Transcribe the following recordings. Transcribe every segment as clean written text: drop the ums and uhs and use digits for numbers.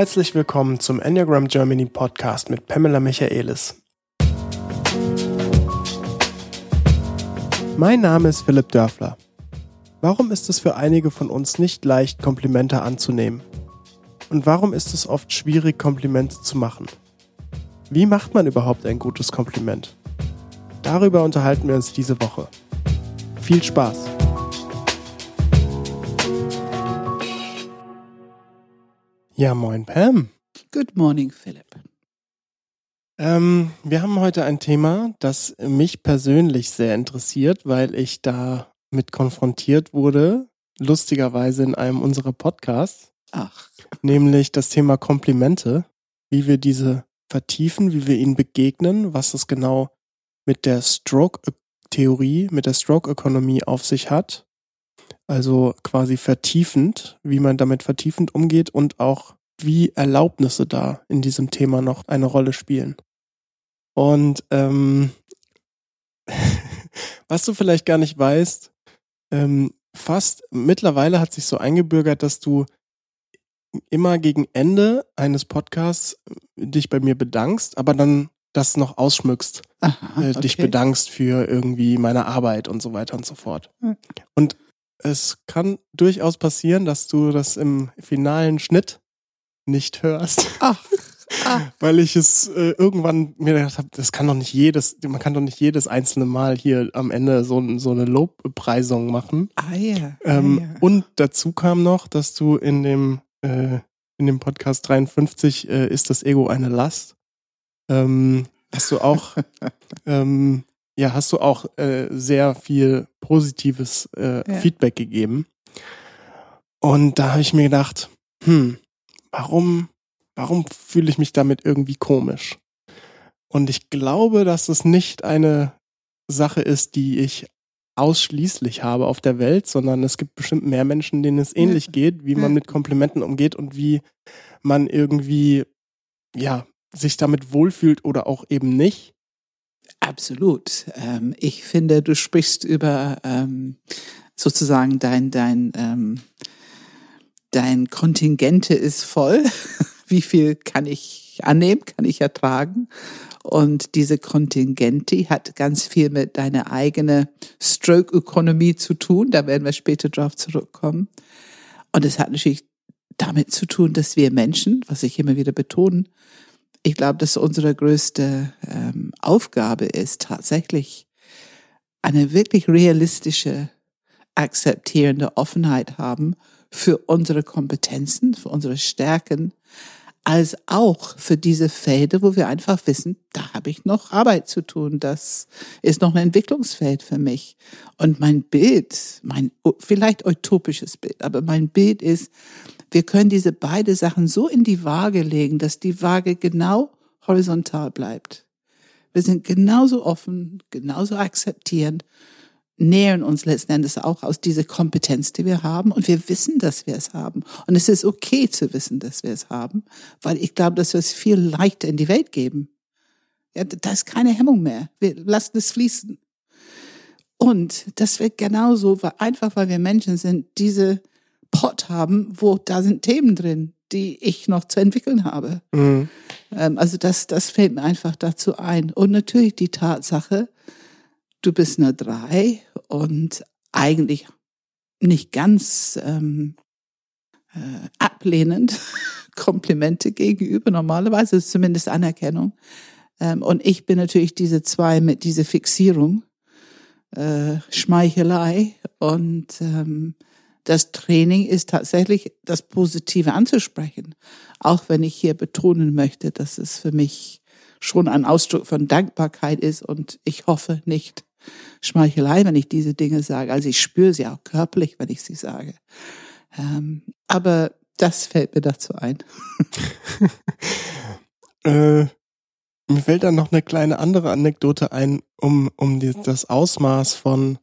Herzlich willkommen zum Enneagram Germany Podcast mit Pamela Michaelis. Mein Name ist Philipp Dörfler. Warum ist es für einige von uns nicht leicht, Komplimente anzunehmen? Und warum ist es oft schwierig, Komplimente zu machen? Wie macht man überhaupt ein gutes Kompliment? Darüber unterhalten wir uns diese Woche. Viel Spaß! Ja, moin Pam. Good morning, Philipp. Wir haben heute ein Thema, das mich persönlich sehr interessiert, weil ich damit konfrontiert wurde, lustigerweise in einem unserer Podcasts. Nämlich das Thema Komplimente, wie wir diese vertiefen, wie wir ihnen begegnen, was es genau mit der Stroke-Theorie, mit der Stroke-Ökonomie auf sich hat. Also quasi vertiefend, wie man damit vertiefend umgeht und auch wie Erlaubnisse da in diesem Thema noch eine Rolle spielen. Und was du vielleicht gar nicht weißt, fast mittlerweile hat sich so eingebürgert, dass du immer gegen Ende eines Podcasts dich bei mir bedankst, aber dann das noch ausschmückst, dich bedankst für irgendwie meine Arbeit und so weiter und so fort. Und es kann durchaus passieren, dass du das im finalen Schnitt nicht hörst. Weil ich es irgendwann mir gedacht habe, man kann doch nicht jedes einzelne Mal hier am Ende so eine Lobpreisung machen. Und dazu kam noch, dass du in dem Podcast 53 ist das Ego eine Last? Hast du auch sehr viel positives Feedback gegeben. Und da habe ich mir gedacht, warum fühle ich mich damit irgendwie komisch? Und ich glaube, dass es nicht eine Sache ist, die ich ausschließlich habe auf der Welt, sondern es gibt bestimmt mehr Menschen, denen es ähnlich geht, wie man mit Komplimenten umgeht und wie man irgendwie, sich damit wohlfühlt oder auch eben nicht. Absolut. Ich finde, du sprichst über sozusagen dein Kontingente ist voll. Wie viel kann ich annehmen, kann ich ertragen? Und diese Kontingente hat ganz viel mit deiner eigenen Stroke-Ökonomie zu tun. Da werden wir später drauf zurückkommen. Und es hat natürlich damit zu tun, dass wir Menschen, was ich immer wieder betone, ich glaube, dass unsere größte Aufgabe ist, tatsächlich eine wirklich realistische, akzeptierende Offenheit haben für unsere Kompetenzen, für unsere Stärken, als auch für diese Felder, wo wir einfach wissen, da habe ich noch Arbeit zu tun, das ist noch ein Entwicklungsfeld für mich. Und mein Bild, mein vielleicht utopisches Bild, aber mein Bild ist, wir können diese beiden Sachen so in die Waage legen, dass die Waage genau horizontal bleibt. Wir sind genauso offen, genauso akzeptierend, nähern uns letzten Endes auch aus dieser Kompetenz, die wir haben. Und wir wissen, dass wir es haben. Und es ist okay zu wissen, dass wir es haben, weil ich glaube, dass wir es viel leichter in die Welt geben. Ja, da ist keine Hemmung mehr. Wir lassen es fließen. Und das wird genauso, weil wir Menschen sind, diese Pot haben, wo da sind Themen drin, die ich noch zu entwickeln habe. Mhm. Also das fällt mir einfach dazu ein. Und natürlich die Tatsache, du bist nur 3 und eigentlich nicht ganz ablehnend Komplimente gegenüber, normalerweise ist zumindest Anerkennung. Und ich bin natürlich diese 2 mit dieser Fixierung, Schmeichelei und das Training ist tatsächlich das Positive anzusprechen. Auch wenn ich hier betonen möchte, dass es für mich schon ein Ausdruck von Dankbarkeit ist und ich hoffe nicht Schmeichelei, wenn ich diese Dinge sage. Also ich spüre sie auch körperlich, wenn ich sie sage. Aber das fällt mir dazu ein. Mir fällt dann noch eine kleine andere Anekdote ein, um das Ausmaß von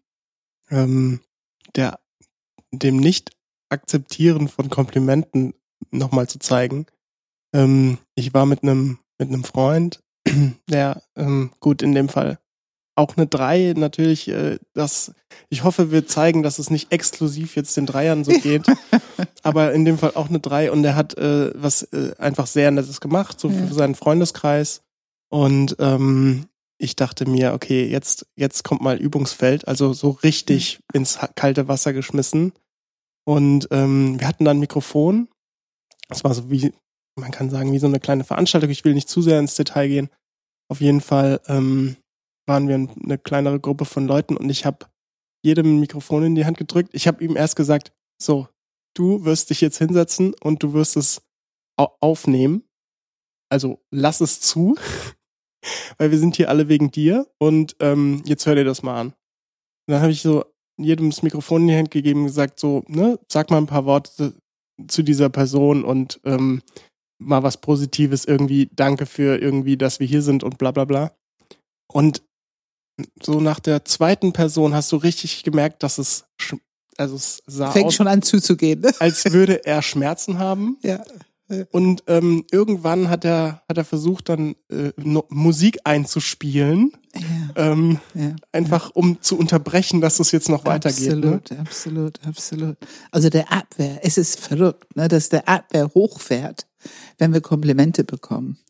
dem Nicht-Akzeptieren von Komplimenten nochmal zu zeigen. Ich war mit einem Freund, der, gut, in dem Fall auch eine 3 natürlich, ich hoffe, wir zeigen, dass es nicht exklusiv jetzt den Dreiern so geht, aber in dem Fall auch eine 3 und er hat was einfach sehr Nettes gemacht, so für seinen Freundeskreis und ich dachte mir, okay, jetzt kommt mal Übungsfeld, also so richtig ins kalte Wasser geschmissen und wir hatten dann ein Mikrofon, das war so wie, man kann sagen, wie so eine kleine Veranstaltung, ich will nicht zu sehr ins Detail gehen, auf jeden Fall waren wir eine kleinere Gruppe von Leuten und ich habe jedem ein Mikrofon in die Hand gedrückt. Ich habe ihm erst gesagt, so, du wirst dich jetzt hinsetzen und du wirst es aufnehmen. Also lass es zu, weil wir sind hier alle wegen dir und jetzt hör dir das mal an. Und dann habe ich so jedem das Mikrofon in die Hand gegeben und gesagt, so, ne, sag mal ein paar Worte zu dieser Person und mal was Positives irgendwie, danke für irgendwie, dass wir hier sind und bla bla bla. Und so nach der zweiten Person hast du richtig gemerkt, dass es sah Fängt aus, schon an zuzugehen, ne? als würde er Schmerzen haben. Ja. Und irgendwann hat er versucht, dann Musik einzuspielen, einfach um zu unterbrechen, dass es jetzt noch weitergeht. Absolut. Also der Abwehr, es ist verrückt, ne, dass der Abwehr hochfährt, wenn wir Komplimente bekommen.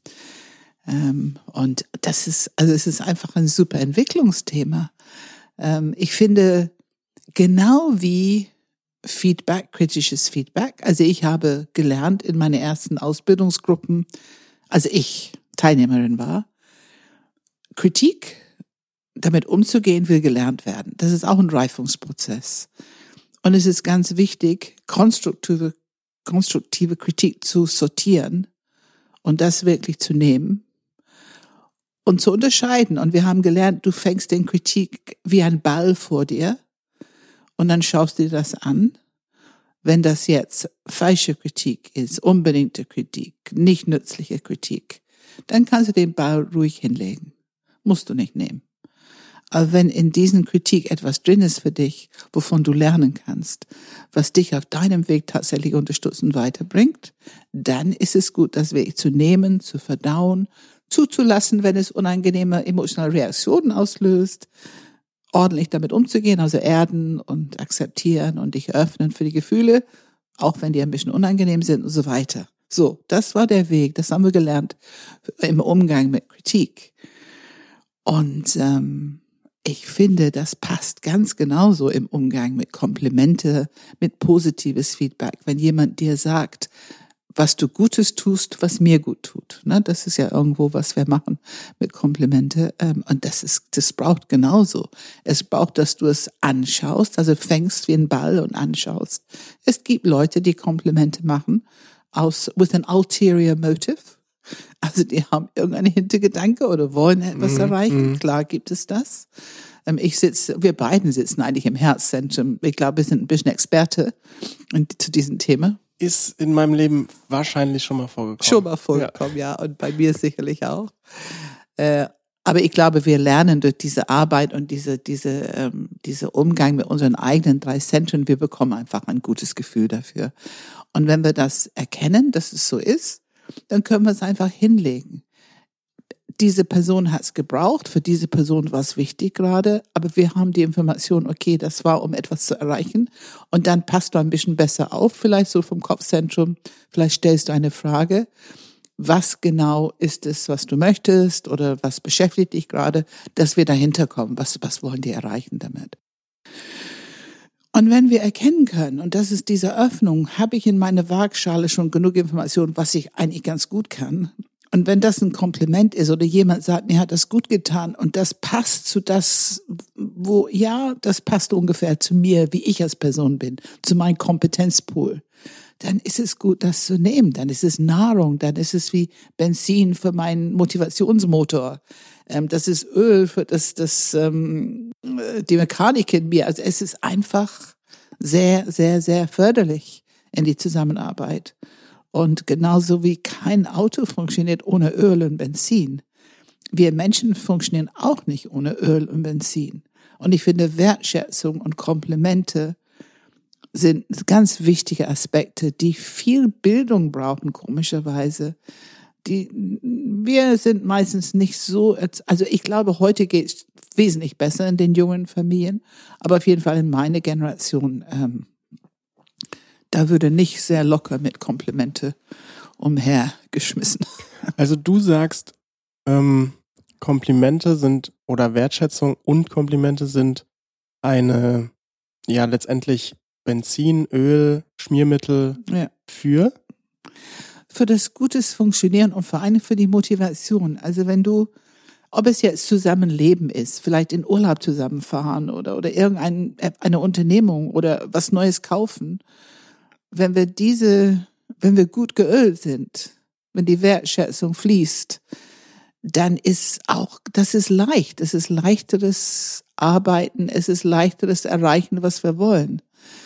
Und es ist einfach ein super Entwicklungsthema. Ich finde, genau wie Feedback, kritisches Feedback. Also ich habe gelernt in meinen ersten Ausbildungsgruppen, als ich Teilnehmerin war, Kritik, damit umzugehen, will gelernt werden. Das ist auch ein Reifungsprozess. Und es ist ganz wichtig, konstruktive Kritik zu sortieren und das wirklich zu nehmen und zu unterscheiden. Und wir haben gelernt, du fängst den Kritik wie ein Ball vor dir und dann schaust du dir das an. Wenn das jetzt falsche Kritik ist, unbedingte Kritik, nicht nützliche Kritik, dann kannst du den Ball ruhig hinlegen. Musst du nicht nehmen. Aber wenn in diesen Kritik etwas drin ist für dich, wovon du lernen kannst, was dich auf deinem Weg tatsächlich unterstützen weiterbringt, dann ist es gut, das wirklich zu nehmen, zu verdauen, zuzulassen, wenn es unangenehme emotionale Reaktionen auslöst, ordentlich damit umzugehen, also erden und akzeptieren und dich öffnen für die Gefühle, auch wenn die ein bisschen unangenehm sind und so weiter. So, das war der Weg, das haben wir gelernt im Umgang mit Kritik. Und ich finde, das passt ganz genauso im Umgang mit Komplimente, mit positives Feedback. Wenn jemand dir sagt, was du Gutes tust, was mir gut tut. Ne? Das ist ja irgendwo, was wir machen mit Komplimente. Und das braucht genauso. Es braucht, dass du es anschaust, also fängst wie ein Ball und anschaust. Es gibt Leute, die Komplimente machen with an ulterior motive. Also die haben irgendeinen Hintergedanke oder wollen etwas erreichen. Klar gibt es das. Wir beiden sitzen eigentlich im Herzzentrum. Ich glaube, wir sind ein bisschen Experte zu diesem Thema. Ist in meinem Leben wahrscheinlich schon mal vorgekommen. Ja. Und bei mir sicherlich auch. Aber ich glaube, wir lernen durch diese Arbeit und diese Umgang mit unseren eigenen 3 Zentren, wir bekommen einfach ein gutes Gefühl dafür. Und wenn wir das erkennen, dass es so ist, dann können wir es einfach hinlegen. Diese Person hat es gebraucht, für diese Person war es wichtig gerade, aber wir haben die Information, okay, das war, um etwas zu erreichen und dann passt du ein bisschen besser auf, vielleicht so vom Kopfzentrum, vielleicht stellst du eine Frage, was genau ist es, was du möchtest oder was beschäftigt dich gerade, dass wir dahinter kommen, was wollen die erreichen damit. Und wenn wir erkennen können, und das ist diese Öffnung, habe ich in meiner Waagschale schon genug Informationen, was ich eigentlich ganz gut kann. Und wenn das ein Kompliment ist oder jemand sagt, mir hat das gut getan und das passt zu das, das passt ungefähr zu mir, wie ich als Person bin, zu meinem Kompetenzpool, dann ist es gut, das zu nehmen. Dann ist es Nahrung, dann ist es wie Benzin für meinen Motivationsmotor. Das ist Öl für die Mechanik in mir. Also es ist einfach sehr, sehr, sehr förderlich in die Zusammenarbeit. Und genauso wie kein Auto funktioniert ohne Öl und Benzin. Wir Menschen funktionieren auch nicht ohne Öl und Benzin. Und ich finde, Wertschätzung und Komplimente sind ganz wichtige Aspekte, die viel Bildung brauchen, komischerweise. Wir sind meistens nicht so, also ich glaube, heute geht es wesentlich besser in den jungen Familien, aber auf jeden Fall in meiner Generation, da würde nicht sehr locker mit Komplimente umhergeschmissen. Also du sagst, Komplimente sind oder Wertschätzung und Komplimente sind eine, ja letztendlich Benzin, Öl, Schmiermittel für das gutes Funktionieren und vor allem für die Motivation. Also wenn du, ob es jetzt Zusammenleben ist, vielleicht in Urlaub zusammenfahren oder eine Unternehmung oder was Neues kaufen, wenn wir gut geölt sind, wenn die Wertschätzung fließt, dann das ist leicht. Es ist leichteres Arbeiten, es ist leichteres Erreichen, was wir wollen.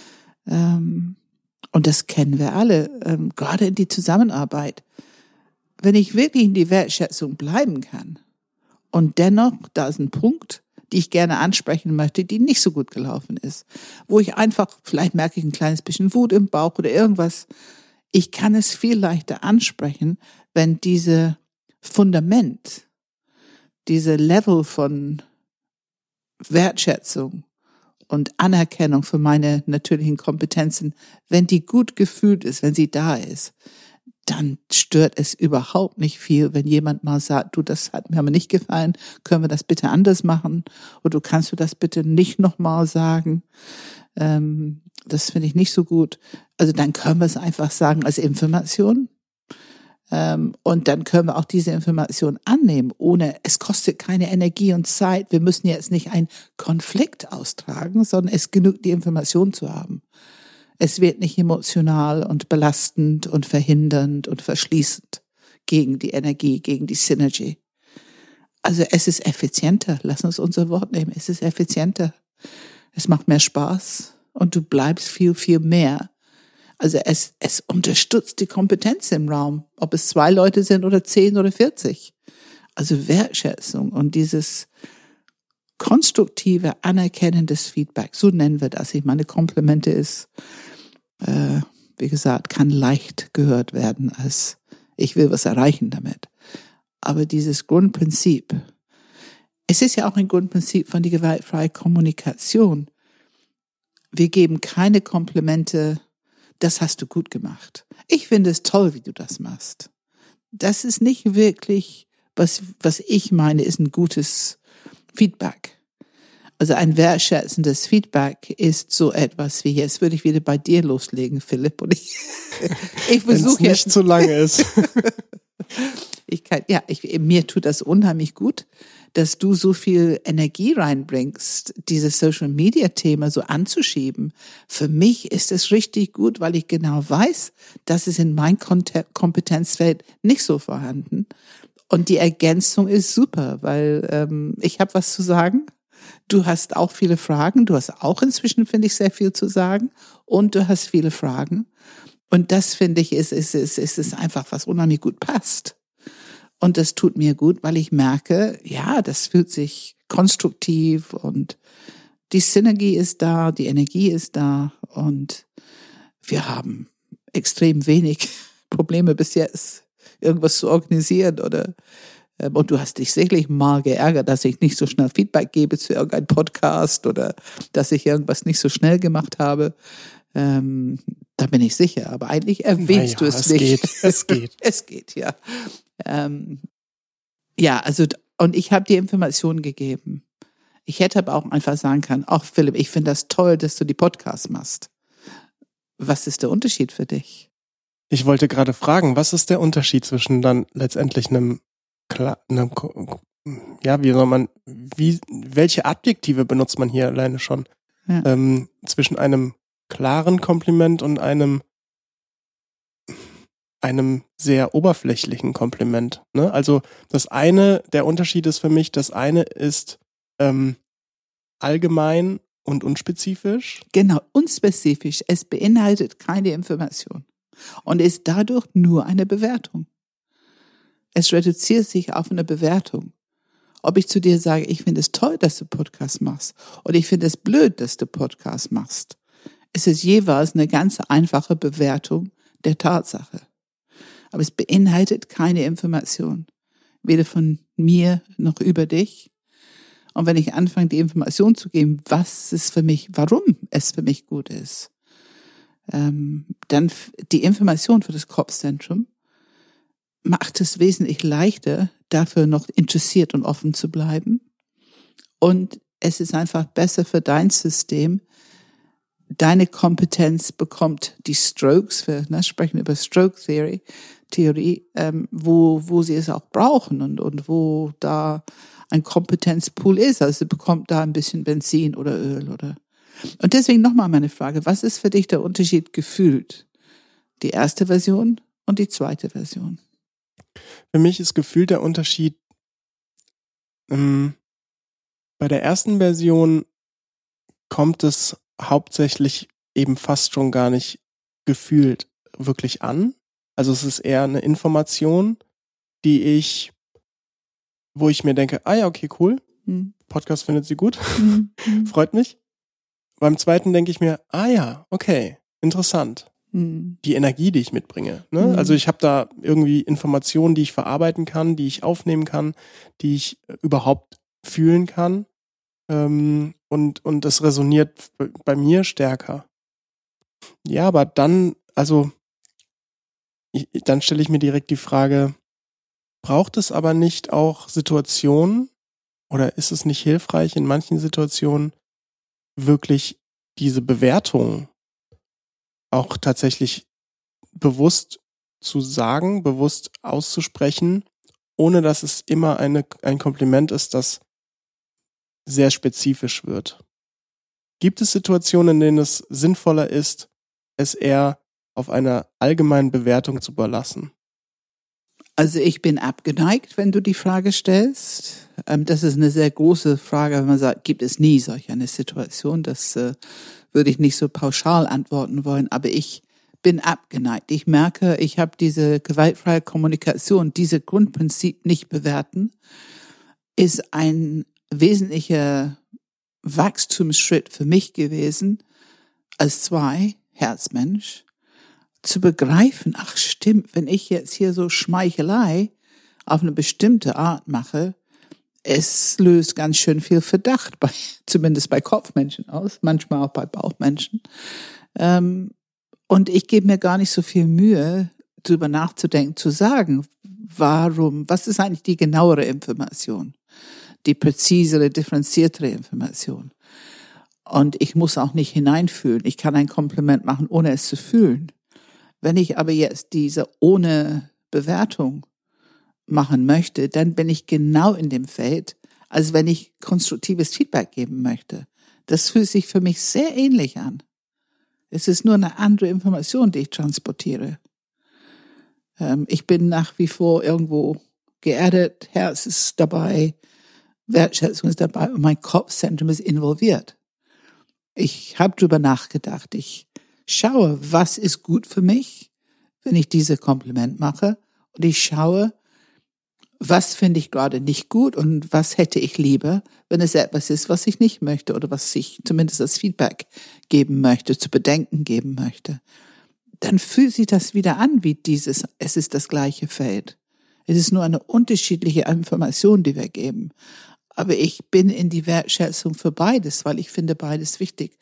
Und das kennen wir alle, gerade in die Zusammenarbeit. Wenn ich wirklich in die Wertschätzung bleiben kann und dennoch, da ist ein Punkt, die ich gerne ansprechen möchte, die nicht so gut gelaufen ist, wo ich einfach, vielleicht merke ich ein kleines bisschen Wut im Bauch oder irgendwas, ich kann es viel leichter ansprechen, wenn diese Fundament, diese Level von Wertschätzung und Anerkennung für meine natürlichen Kompetenzen, wenn die gut gefühlt ist, wenn sie da ist, dann stört es überhaupt nicht viel, wenn jemand mal sagt, du, das hat mir aber nicht gefallen, können wir das bitte anders machen? Oder kannst du das bitte nicht nochmal sagen? Das finde ich nicht so gut. Also dann können wir es einfach sagen als Information. Und dann können wir auch diese Information annehmen, es kostet keine Energie und Zeit. Wir müssen jetzt nicht einen Konflikt austragen, sondern es genügt, die Information zu haben. Es wird nicht emotional und belastend und verhindernd und verschließend gegen die Energie, gegen die Synergy. Also es ist effizienter. Lass uns unser Wort nehmen. Es ist effizienter. Es macht mehr Spaß und du bleibst viel, viel mehr. Also es unterstützt die Kompetenz im Raum, ob es 2 Leute sind oder 10 oder 40. Also Wertschätzung und dieses konstruktive, anerkennendes Feedback, so nennen wir das. Ich meine, Komplimente ist, wie gesagt, kann leicht gehört werden als ich will was erreichen damit. Aber dieses Grundprinzip, es ist ja auch ein Grundprinzip von der gewaltfreien Kommunikation. Wir geben keine Komplimente, das hast du gut gemacht. Ich finde es toll, wie du das machst. Das ist nicht wirklich, was ich meine, ist ein gutes Feedback. Also ein wertschätzendes Feedback ist so etwas wie, jetzt würde ich wieder bei dir loslegen, Philipp, und ich versuche jetzt. Nicht zu lange ist. Mir tut das unheimlich gut, dass du so viel Energie reinbringst, dieses Social-Media-Thema so anzuschieben. Für mich ist es richtig gut, weil ich genau weiß, dass es in meinem Kompetenzfeld nicht so vorhanden. Und die Ergänzung ist super, weil ich habe was zu sagen. Du hast auch viele Fragen. Du hast auch inzwischen, finde ich, sehr viel zu sagen. Und du hast viele Fragen. Und das, finde ich, ist einfach, was unheimlich gut passt. Und das tut mir gut, weil ich merke, ja, das fühlt sich konstruktiv und die Synergie ist da, die Energie ist da und wir haben extrem wenig Probleme bis jetzt, irgendwas zu organisieren und du hast dich sicherlich mal geärgert, dass ich nicht so schnell Feedback gebe zu irgendeinem Podcast oder dass ich irgendwas nicht so schnell gemacht habe. Da bin ich sicher, aber eigentlich erwähnst du es nicht. Es geht. Es geht, ja. Und ich habe die Informationen gegeben. Ich hätte aber auch einfach sagen können, ach Philipp, ich finde das toll, dass du die Podcasts machst. Was ist der Unterschied für dich? Ich wollte gerade fragen, was ist der Unterschied zwischen dann letztendlich welche Adjektive benutzt man hier alleine schon? Ja. Zwischen einem klaren Kompliment und einem sehr oberflächlichen Kompliment. Ne? Also der Unterschied ist für mich, das eine ist allgemein und unspezifisch. Genau, unspezifisch. Es beinhaltet keine Information und ist dadurch nur eine Bewertung. Es reduziert sich auf eine Bewertung. Ob ich zu dir sage, ich finde es toll, dass du Podcast machst oder ich finde es blöd, dass du Podcast machst, es ist jeweils eine ganz einfache Bewertung der Tatsache. Aber es beinhaltet keine Information, weder von mir noch über dich. Und wenn ich anfange, die Information zu geben, warum es für mich gut ist, dann die Information für das Kopfzentrum macht es wesentlich leichter, dafür noch interessiert und offen zu bleiben. Und es ist einfach besser für dein System. Deine Kompetenz bekommt die Strokes, sprechen über Stroke Theorie, wo sie es auch brauchen und wo da ein Kompetenzpool ist. Also sie bekommt da ein bisschen Benzin oder Öl Und deswegen nochmal meine Frage, was ist für dich der Unterschied gefühlt? Die erste Version und die zweite Version? Für mich ist gefühlt der Unterschied, bei der ersten Version kommt es hauptsächlich eben fast schon gar nicht gefühlt wirklich an. Also es ist eher eine Information, wo ich mir denke, ja, okay, cool, Podcast findet sie gut, freut mich. Beim zweiten denke ich mir, ja, okay, interessant. Die Energie, die ich mitbringe. Ne? Also ich habe da irgendwie Informationen, die ich verarbeiten kann, die ich aufnehmen kann, die ich überhaupt fühlen kann. Und das resoniert bei mir stärker. Ja, aber dann, dann stelle ich mir direkt die Frage, braucht es aber nicht auch Situationen oder ist es nicht hilfreich in manchen Situationen wirklich diese Bewertung auch tatsächlich bewusst zu sagen, bewusst auszusprechen, ohne dass es immer ein Kompliment ist, das sehr spezifisch wird. Gibt es Situationen, in denen es sinnvoller ist, es eher auf einer allgemeinen Bewertung zu überlassen? Also ich bin abgeneigt, wenn du die Frage stellst. Das ist eine sehr große Frage, wenn man sagt, gibt es nie solch eine Situation. Das würde ich nicht so pauschal antworten wollen, aber ich bin abgeneigt. Ich merke, ich habe diese gewaltfreie Kommunikation, diese Grundprinzip nicht bewerten, ist ein wesentlicher Wachstumsschritt für mich gewesen, als Herzmensch, zu begreifen, ach stimmt, wenn ich jetzt hier so Schmeichelei auf eine bestimmte Art mache, es löst ganz schön viel Verdacht, zumindest bei Kopfmenschen aus, manchmal auch bei Bauchmenschen. Und ich gebe mir gar nicht so viel Mühe, darüber nachzudenken, zu sagen, was ist eigentlich die genauere Information, die präzisere, differenziertere Information. Und ich muss auch nicht hineinfühlen. Ich kann ein Kompliment machen, ohne es zu fühlen. Wenn ich aber jetzt diese ohne Bewertung machen möchte, dann bin ich genau in dem Feld, als wenn ich konstruktives Feedback geben möchte. Das fühlt sich für mich sehr ähnlich an. Es ist nur eine andere Information, die ich transportiere. Ich bin nach wie vor irgendwo geerdet, Herz ist dabei, Wertschätzung ist dabei und mein Kopfzentrum ist involviert. Ich habe drüber nachgedacht. Ich schaue, was ist gut für mich, wenn ich diese Kompliment mache. Und ich schaue, was finde ich gerade nicht gut und was hätte ich lieber, wenn es etwas ist, was ich nicht möchte oder was ich zumindest als Feedback geben möchte, zu bedenken geben möchte. Dann fühlt sich das wieder an wie es ist das gleiche Feld. Es ist nur eine unterschiedliche Information, die wir geben. Aber ich bin in die Wertschätzung für beides, weil ich finde beides wichtig.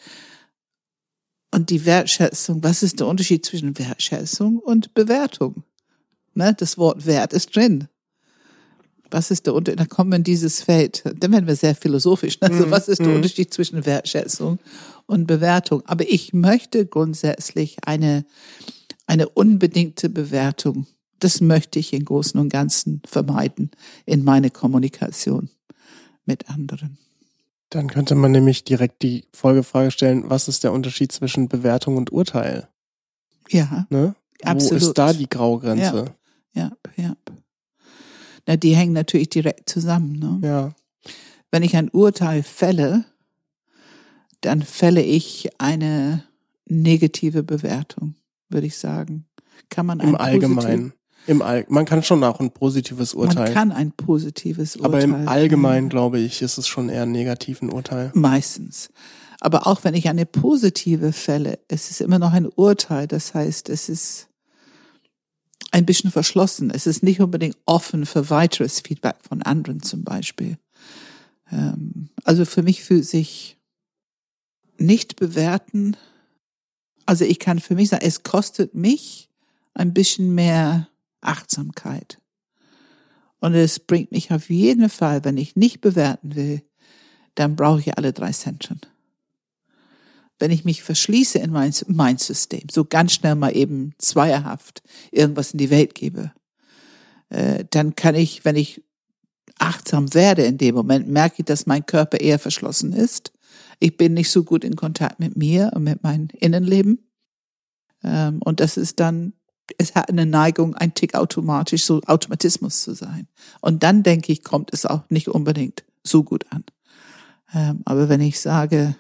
Und die Wertschätzung, was ist der Unterschied zwischen Wertschätzung und Bewertung? Ne, das Wort Wert ist drin. Was ist der Unterschied? Da kommen wir in dieses Feld. Dann werden wir sehr philosophisch. Also was ist der Unterschied zwischen Wertschätzung und Bewertung? Aber ich möchte grundsätzlich eine unbedingte Bewertung. Das möchte ich im Großen und Ganzen vermeiden in meiner Kommunikation mit anderen. Dann könnte man nämlich direkt die Folgefrage stellen, was ist der Unterschied zwischen Bewertung und Urteil? Ja, ne? absolut. Wo ist da die Graugrenze? Ja. Na, die hängen natürlich direkt zusammen. Ne? Ja. Wenn ich ein Urteil fälle, dann fälle ich eine negative Bewertung, würde ich sagen. Kann man Im Allgemeinen. Man kann schon auch ein positives Urteil. Man kann ein positives Urteil. Aber im Allgemeinen, glaube ich, ist es schon eher ein negatives Urteil. Meistens. Aber auch wenn ich eine positive fälle, es ist immer noch ein Urteil. Das heißt, es ist ein bisschen verschlossen. Es ist nicht unbedingt offen für weiteres Feedback von anderen zum Beispiel. Also für mich fühlt sich nicht bewerten, also ich kann für mich sagen, es kostet mich ein bisschen mehr Achtsamkeit. Und es bringt mich auf jeden Fall, wenn ich nicht bewerten will, dann brauche ich alle 3 Zentren. Wenn ich mich verschließe in mein System, so ganz schnell mal eben zweierhaft irgendwas in die Welt gebe, dann kann ich, wenn ich achtsam werde in dem Moment, merke ich, dass mein Körper eher verschlossen ist. Ich bin nicht so gut in Kontakt mit mir und mit meinem Innenleben. Und das ist dann, es hat eine Neigung, ein Tick automatisch, so Automatismus zu sein. Und dann denke ich, kommt es auch nicht unbedingt so gut an. Aber wenn ich sage,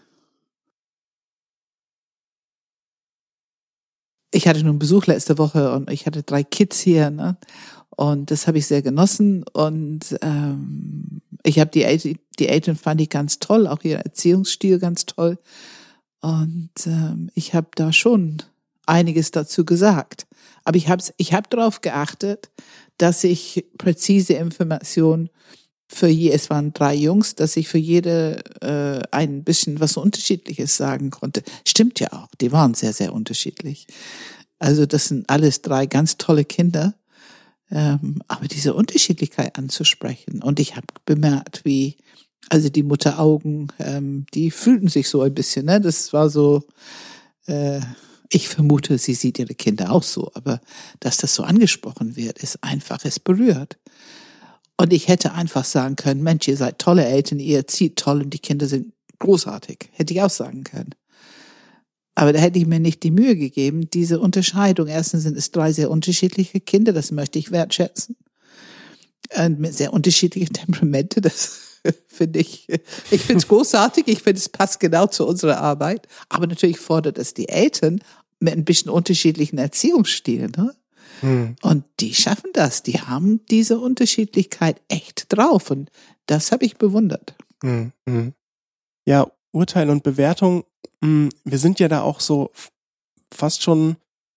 ich hatte nun Besuch letzte Woche und ich hatte 3 Kids hier, ne? Und das habe ich sehr genossen. Und ich habe die Eltern fand ich ganz toll, auch ihr Erziehungsstil ganz toll. Und ich habe da schon einiges dazu gesagt. Aber ich hab darauf geachtet, dass ich präzise Informationen es waren 3 Jungs, dass ich für jede ein bisschen was Unterschiedliches sagen konnte. Stimmt ja auch, die waren sehr, sehr unterschiedlich. Also das sind alles 3 ganz tolle Kinder. Aber diese Unterschiedlichkeit anzusprechen. Und ich habe bemerkt, wie, also die Mutteraugen, die fühlten sich so ein bisschen, ne? Das war so, ich vermute, sie sieht ihre Kinder auch so, aber dass das so angesprochen wird, ist einfach, es berührt. Und ich hätte einfach sagen können, Mensch, ihr seid tolle Eltern, ihr erzieht toll und die Kinder sind großartig. Hätte ich auch sagen können. Aber da hätte ich mir nicht die Mühe gegeben, diese Unterscheidung. Erstens sind es 3 sehr unterschiedliche Kinder, das möchte ich wertschätzen. Und mit sehr unterschiedlichen Temperamente, das finde ich finde es großartig, ich finde, es passt genau zu unserer Arbeit. Aber natürlich fordert es die Eltern mit ein bisschen unterschiedlichen Erziehungsstilen, ne? Und die schaffen das, die haben diese Unterschiedlichkeit echt drauf und das habe ich bewundert. Ja, Urteil und Bewertung, wir sind ja da auch so fast schon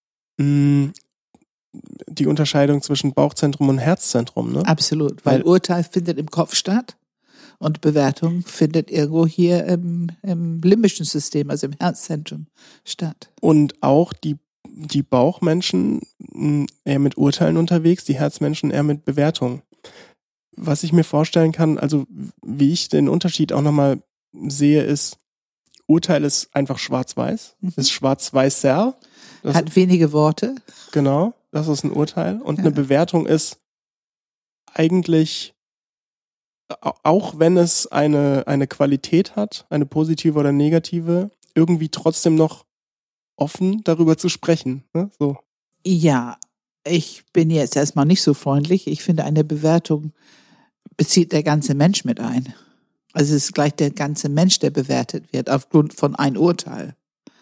die Unterscheidung zwischen Bauchzentrum und Herzzentrum, ne? Absolut, weil Urteil findet im Kopf statt und Bewertung findet irgendwo hier im limbischen System, also im Herzzentrum statt. Und auch die Bauchmenschen eher mit Urteilen unterwegs, die Herzmenschen eher mit Bewertung. Was ich mir vorstellen kann, also wie ich den Unterschied auch nochmal sehe, ist, Urteil ist einfach schwarz-weiß, ist schwarz-weißer. Hat wenige Worte. Genau, das ist ein Urteil. Und eine Bewertung ist eigentlich, auch wenn es eine Qualität hat, eine positive oder negative, irgendwie trotzdem noch offen darüber zu sprechen. Ne? So. Ja, ich bin jetzt erstmal nicht so freundlich. Ich finde, eine Bewertung bezieht der ganze Mensch mit ein. Also es ist gleich der ganze Mensch, der bewertet wird aufgrund von einem Urteil.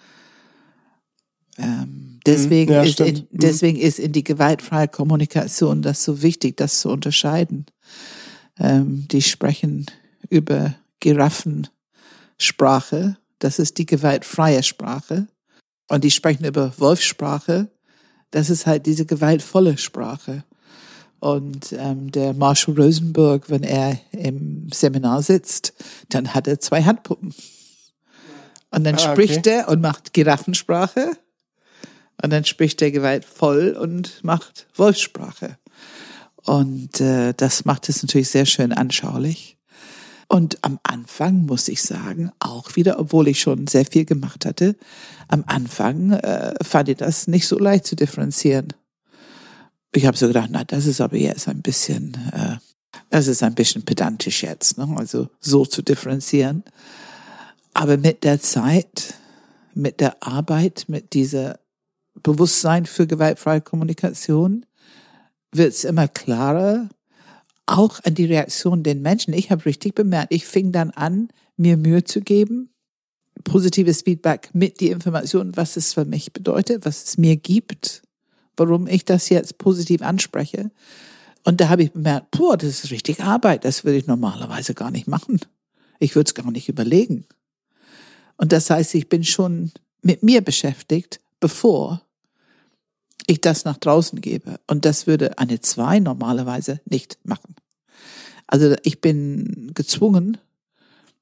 Deswegen ist in die gewaltfreie Kommunikation das so wichtig, das zu unterscheiden. Die sprechen über Giraffensprache, das ist die gewaltfreie Sprache. Und die sprechen über Wolfssprache, das ist halt diese gewaltvolle Sprache. Und der Marshall Rosenberg, wenn er im Seminar sitzt, dann hat er 2 Handpuppen. Und dann spricht er und macht Giraffensprache. Und dann spricht er gewaltvoll und macht Wolfssprache. Und das macht es natürlich sehr schön anschaulich. Und am Anfang, muss ich sagen, auch wieder, obwohl ich schon sehr viel gemacht hatte, am Anfang fand ich das nicht so leicht zu differenzieren. Ich habe so gedacht, na, das ist aber jetzt ein bisschen pedantisch jetzt, ne? Also so zu differenzieren. Aber mit der Zeit, mit der Arbeit, mit dieser Bewusstsein für gewaltfreie Kommunikation, wird es immer klarer, auch an die Reaktion der Menschen. Ich habe richtig bemerkt, ich fing dann an, mir Mühe zu geben, positives Feedback mit die Information, was es für mich bedeutet, was es mir gibt, warum ich das jetzt positiv anspreche. Und da habe ich bemerkt, das ist richtig Arbeit, das würde ich normalerweise gar nicht machen. Ich würde es gar nicht überlegen. Und das heißt, ich bin schon mit mir beschäftigt, bevor ich das nach draußen gebe. Und das würde eine 2 normalerweise nicht machen. Also ich bin gezwungen,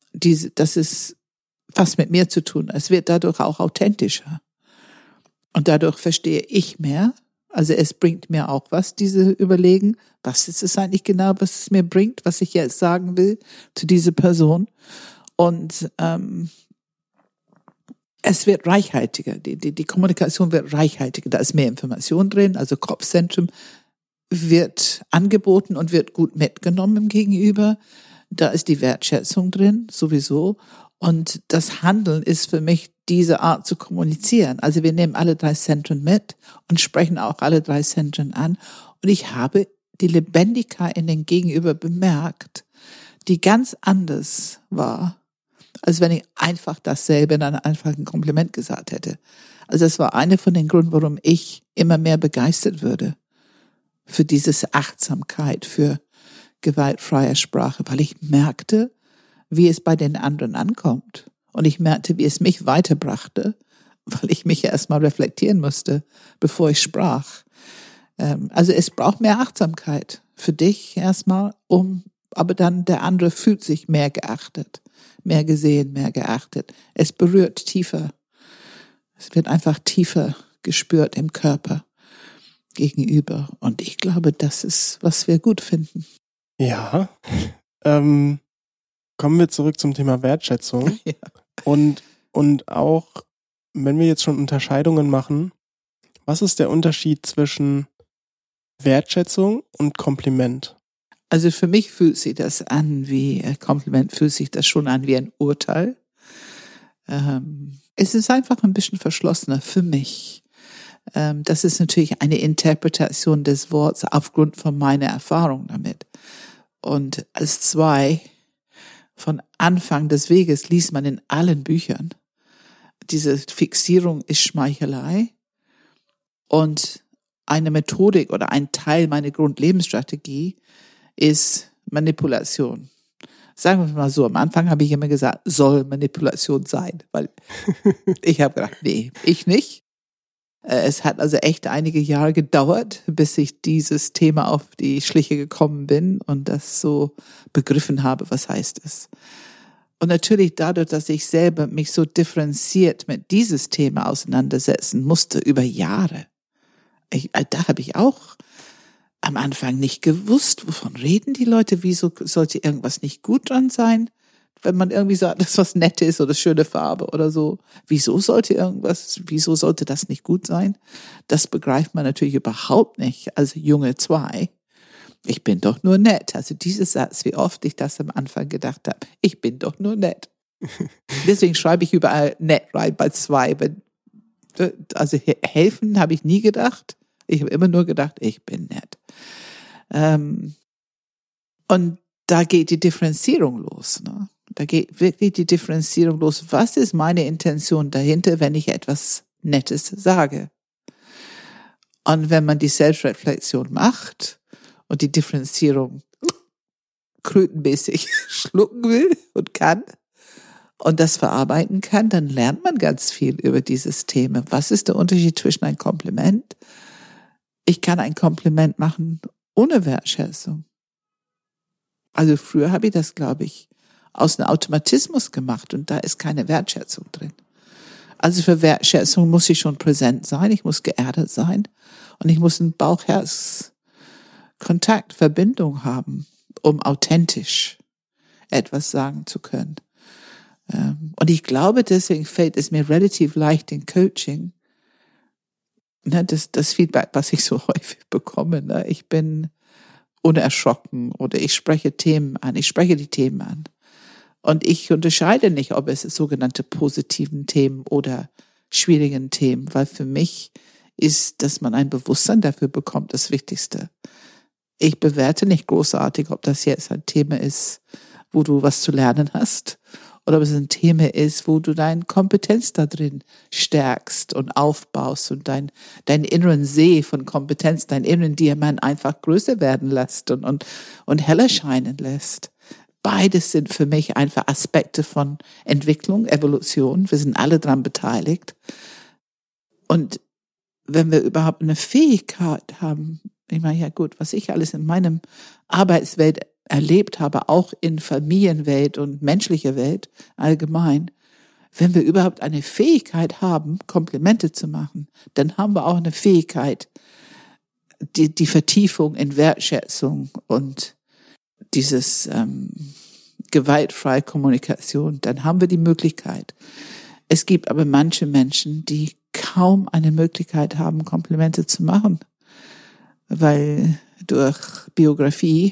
das ist was mit mir zu tun. Es wird dadurch auch authentischer. Und dadurch verstehe ich mehr. Also es bringt mir auch was, diese Überlegen. Was ist es eigentlich genau, was es mir bringt, was ich jetzt sagen will zu dieser Person? Und es wird reichhaltiger. Die Kommunikation wird reichhaltiger. Da ist mehr Information drin. Also Kopfzentrum wird angeboten und wird gut mitgenommen im Gegenüber. Da ist die Wertschätzung drin, sowieso. Und das Handeln ist für mich diese Art zu kommunizieren. Also wir nehmen alle 3 Zentren mit und sprechen auch alle 3 Zentren an. Und ich habe die Lebendigkeit in den Gegenüber bemerkt, die ganz anders war, als wenn ich einfach dasselbe in einem einfachen Kompliment gesagt hätte. Also das war einer von den Gründen, warum ich immer mehr begeistert würde für diese Achtsamkeit, für gewaltfreie Sprache, weil ich merkte, wie es bei den anderen ankommt. Und ich merkte, wie es mich weiterbrachte, weil ich mich erstmal reflektieren musste, bevor ich sprach. Also es braucht mehr Achtsamkeit für dich erstmal, aber dann der andere fühlt sich mehr geachtet, mehr gesehen, mehr geachtet. Es berührt tiefer. Es wird einfach tiefer gespürt im Körper gegenüber. Und ich glaube, das ist, was wir gut finden. Ja. Kommen wir zurück zum Thema Wertschätzung. Ja. Und auch, wenn wir jetzt schon Unterscheidungen machen, was ist der Unterschied zwischen Wertschätzung und Kompliment? Also für mich fühlt sich das an wie Kompliment, fühlt sich das schon an wie ein Urteil. Es ist einfach ein bisschen verschlossener für mich. Das ist natürlich eine Interpretation des Wortes aufgrund von meiner Erfahrung damit. Und als 2 von Anfang des Weges liest man in allen Büchern, diese Fixierung ist Schmeichelei und eine Methodik oder ein Teil meiner Grundlebensstrategie ist Manipulation. Sagen wir mal so, am Anfang habe ich immer gesagt, soll Manipulation sein, weil ich habe gedacht, nee, ich nicht. Es hat also echt einige Jahre gedauert, bis ich dieses Thema auf die Schliche gekommen bin und das so begriffen habe, was heißt es. Und natürlich dadurch, dass ich selber mich so differenziert mit dieses Thema auseinandersetzen musste über Jahre. Da habe ich auch am Anfang nicht gewusst, wovon reden die Leute, wieso sollte irgendwas nicht gut dran sein, wenn man irgendwie sagt, das was nett ist oder schöne Farbe oder so. Wieso sollte das nicht gut sein? Das begreift man natürlich überhaupt nicht als junge 2. Ich bin doch nur nett. Also dieses Satz, wie oft ich das am Anfang gedacht habe, ich bin doch nur nett. Deswegen schreibe ich überall nett rein bei 2. Also helfen habe ich nie gedacht. Ich habe immer nur gedacht, ich bin nett. Und da geht die Differenzierung los. Ne? Da geht wirklich die Differenzierung los. Was ist meine Intention dahinter, wenn ich etwas Nettes sage? Und wenn man die Selbstreflexion macht und die Differenzierung krötenmäßig schlucken will und kann und das verarbeiten kann, dann lernt man ganz viel über dieses Thema. Was ist der Unterschied zwischen ein Kompliment? Ich kann ein Kompliment machen ohne Wertschätzung. Also früher habe ich das, glaube ich, aus einem Automatismus gemacht und da ist keine Wertschätzung drin. Also für Wertschätzung muss ich schon präsent sein, ich muss geerdet sein und ich muss einen Bauch-Herz-Kontakt, Verbindung haben, um authentisch etwas sagen zu können. Und ich glaube, deswegen fällt es mir relativ leicht in Coaching, das Feedback, was ich so häufig bekomme, ich bin unerschrocken oder ich spreche die Themen an. Und ich unterscheide nicht, ob es sogenannte positiven Themen oder schwierigen Themen, weil für mich ist, dass man ein Bewusstsein dafür bekommt, das Wichtigste. Ich bewerte nicht großartig, ob das jetzt ein Thema ist, wo du was zu lernen hast, oder ob es ein Thema ist, wo du deine Kompetenz da drin stärkst und aufbaust und deinen inneren See von Kompetenz, deinen inneren Diamant einfach größer werden lässt und heller scheinen lässt. Beides sind für mich einfach Aspekte von Entwicklung, Evolution. Wir sind alle dran beteiligt. Und wenn wir überhaupt eine Fähigkeit haben, ich meine, ja gut, was ich alles in meinem Arbeitswelt erlebt habe, auch in Familienwelt und menschlicher Welt allgemein, wenn wir überhaupt eine Fähigkeit haben, Komplimente zu machen, dann haben wir auch eine Fähigkeit, die Vertiefung in Wertschätzung und dieses gewaltfreie Kommunikation, dann haben wir die Möglichkeit. Es gibt aber manche Menschen, die kaum eine Möglichkeit haben, Komplimente zu machen, weil durch Biografie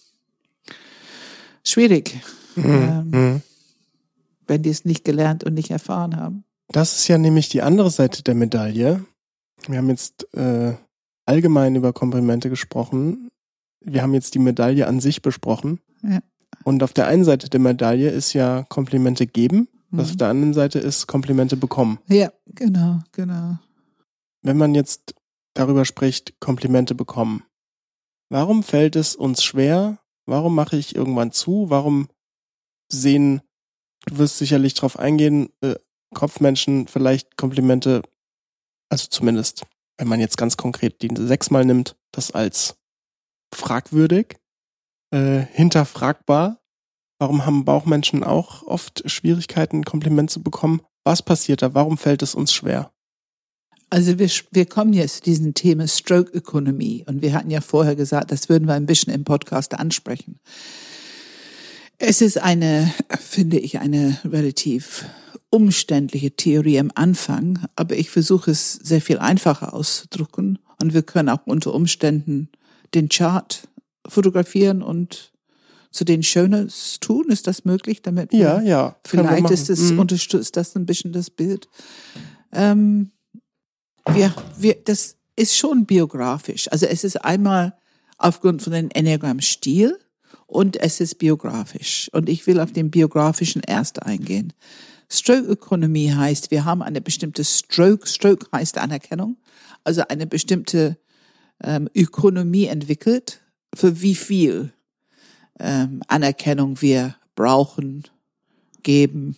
schwierig, wenn die es nicht gelernt und nicht erfahren haben. Das ist ja nämlich die andere Seite der Medaille. Wir haben jetzt allgemein über Komplimente gesprochen. Wir haben jetzt die Medaille an sich besprochen. Ja. Und auf der einen Seite der Medaille ist ja Komplimente geben, was auf der anderen Seite ist Komplimente bekommen. Ja, genau. Wenn man jetzt darüber spricht, Komplimente bekommen, warum fällt es uns schwer? Warum mache ich irgendwann zu? Warum sehen, du wirst sicherlich drauf eingehen, Kopfmenschen vielleicht Komplimente, also zumindest, wenn man jetzt ganz konkret die 6-mal nimmt, das als fragwürdig, hinterfragbar. Warum haben Bauchmenschen auch oft Schwierigkeiten, ein Kompliment zu bekommen? Was passiert da? Warum fällt es uns schwer? Also wir kommen jetzt zu diesem Thema Stroke-Ökonomie und wir hatten ja vorher gesagt, das würden wir ein bisschen im Podcast ansprechen. Es ist finde ich, eine relativ umständliche Theorie am Anfang, aber ich versuche es sehr viel einfacher auszudrücken und wir können auch unter Umständen den Chart fotografieren und zu den Shownotes tun. Ist das möglich? Damit Ja. Vielleicht unterstützt das ein bisschen das Bild. Das ist schon biografisch. Also es ist einmal aufgrund von dem Enneagramm-Stil und es ist biografisch. Und ich will auf den biografischen erst eingehen. Stroke-Ökonomie heißt, wir haben eine bestimmte Stroke heißt Anerkennung, also eine bestimmte Ökonomie entwickelt, für wie viel Anerkennung wir brauchen, geben,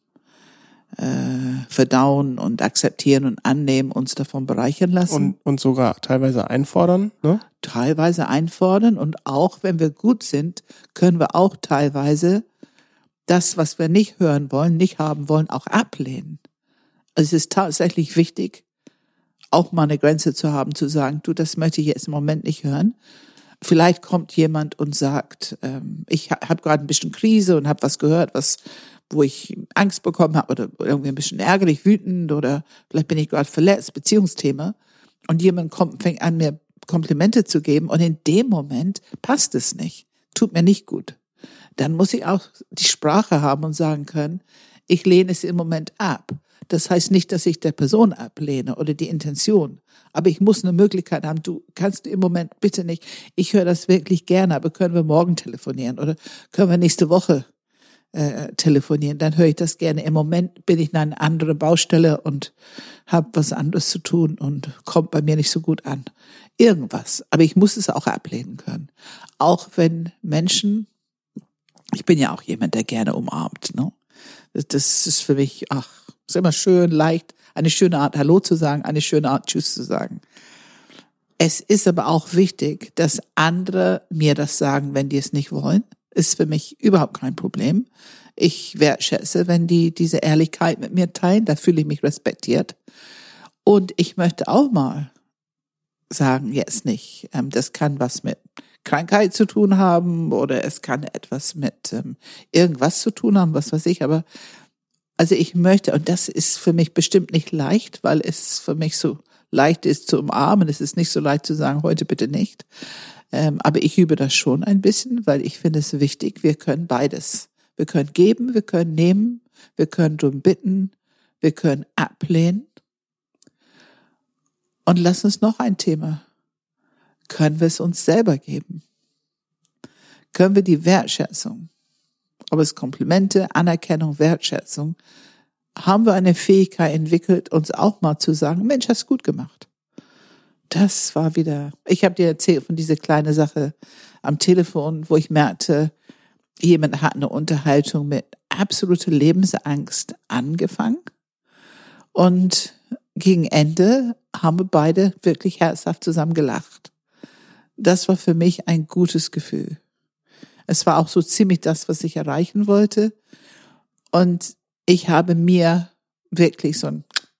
verdauen und akzeptieren und annehmen, uns davon bereichern lassen. Und sogar teilweise einfordern, ne? Teilweise einfordern und auch, wenn wir gut sind, können wir auch teilweise das, was wir nicht hören wollen, nicht haben wollen, auch ablehnen. Also es ist tatsächlich wichtig, auch mal eine Grenze zu haben, zu sagen, du, das möchte ich jetzt im Moment nicht hören. Vielleicht kommt jemand und sagt, ich habe gerade ein bisschen Krise und habe was gehört, wo ich Angst bekommen habe oder irgendwie ein bisschen ärgerlich, wütend oder vielleicht bin ich gerade verletzt, Beziehungsthema. Und jemand kommt, fängt an, mir Komplimente zu geben und in dem Moment passt es nicht, tut mir nicht gut. Dann muss ich auch die Sprache haben und sagen können, ich lehne es im Moment ab. Das heißt nicht, dass ich der Person ablehne oder die Intention. Aber ich muss eine Möglichkeit haben, du kannst im Moment bitte nicht, ich höre das wirklich gerne, aber können wir morgen telefonieren oder können wir nächste Woche telefonieren, dann höre ich das gerne. Im Moment bin ich in einer anderen Baustelle und habe was anderes zu tun und kommt bei mir nicht so gut an. Irgendwas. Aber ich muss es auch ablehnen können. Auch wenn Menschen, ich bin ja auch jemand, der gerne umarmt, ne? Das ist für mich, ist immer schön, leicht, eine schöne Art Hallo zu sagen, eine schöne Art Tschüss zu sagen. Es ist aber auch wichtig, dass andere mir das sagen, wenn die es nicht wollen. Ist für mich überhaupt kein Problem. Ich wertschätze, wenn die diese Ehrlichkeit mit mir teilen, da fühle ich mich respektiert. Und ich möchte auch mal sagen, jetzt nicht, das kann was mit Krankheit zu tun haben oder es kann etwas mit irgendwas zu tun haben, was weiß ich, aber also ich möchte, und das ist für mich bestimmt nicht leicht, weil es für mich so leicht ist zu umarmen, es ist nicht so leicht zu sagen, heute bitte nicht. Aber ich übe das schon ein bisschen, weil ich finde es wichtig, wir können beides. Wir können geben, wir können nehmen, wir können darum bitten, wir können ablehnen. Und lass uns noch ein Thema. Können wir es uns selber geben? Können wir die Wertschätzung, ob es Komplimente, Anerkennung, Wertschätzung, haben wir eine Fähigkeit entwickelt, uns auch mal zu sagen, Mensch, hast gut gemacht. Das war wieder, ich habe dir erzählt von dieser kleinen Sache am Telefon, wo ich merkte, jemand hat eine Unterhaltung mit absoluter Lebensangst angefangen und gegen Ende haben wir beide wirklich herzhaft zusammen gelacht. Das war für mich ein gutes Gefühl. Es war auch so ziemlich das, was ich erreichen wollte. Und ich habe mir wirklich so ein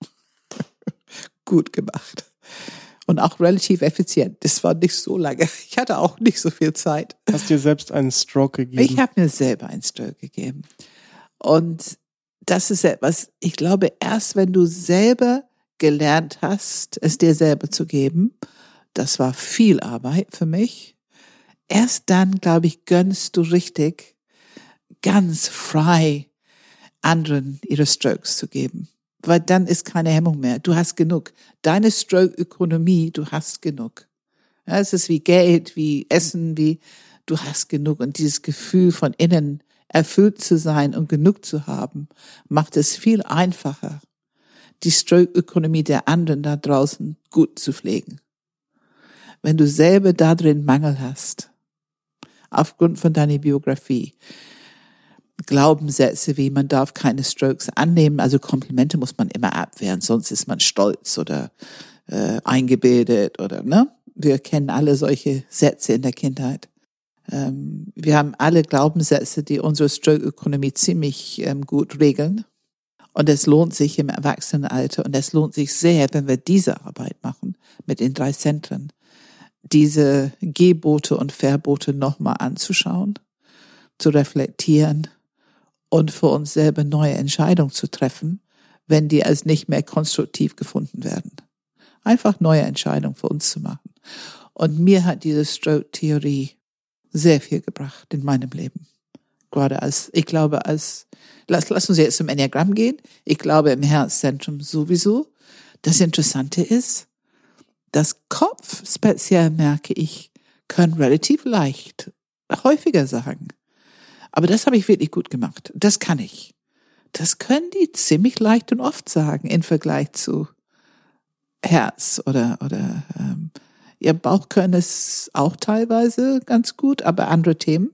gut gemacht. Und auch relativ effizient. Das war nicht so lange. Ich hatte auch nicht so viel Zeit. Hast dir selbst einen Stroke gegeben? Ich habe mir selber einen Stroke gegeben. Und das ist etwas, ich glaube, erst wenn du selber gelernt hast, es dir selber zu geben, das war viel Arbeit für mich. Erst dann, glaube ich, gönnst du richtig, ganz frei anderen ihre Strokes zu geben. Weil dann ist keine Hemmung mehr. Du hast genug. Deine Stroke-Ökonomie, du hast genug. Ja, es ist wie Geld, wie Essen, wie du hast genug. Und dieses Gefühl von innen erfüllt zu sein und genug zu haben, macht es viel einfacher, die Stroke-Ökonomie der anderen da draußen gut zu pflegen. Wenn du selber da drin Mangel hast, aufgrund von deiner Biografie, Glaubenssätze wie man darf keine Strokes annehmen, also Komplimente muss man immer abwehren, sonst ist man stolz oder eingebildet oder ne? Wir kennen alle solche Sätze in der Kindheit. Wir haben alle Glaubenssätze, die unsere Stroke-Ökonomie ziemlich gut regeln. Und es lohnt sich im Erwachsenenalter und es lohnt sich sehr, wenn wir diese Arbeit machen mit den 3 Zentren, diese Gebote und Verbote nochmal anzuschauen, zu reflektieren und für uns selber neue Entscheidungen zu treffen, wenn die als nicht mehr konstruktiv gefunden werden. Einfach neue Entscheidungen für uns zu machen. Und mir hat diese Stroke-Theorie sehr viel gebracht in meinem Leben. Gerade lass uns jetzt zum Enneagramm gehen. Ich glaube im Herzzentrum sowieso. Das Interessante ist, das Kopf, speziell merke ich, können relativ leicht häufiger sagen. Aber das habe ich wirklich gut gemacht. Das kann ich. Das können die ziemlich leicht und oft sagen im Vergleich zu Herz oder ihr Bauch können es auch teilweise ganz gut, aber andere Themen.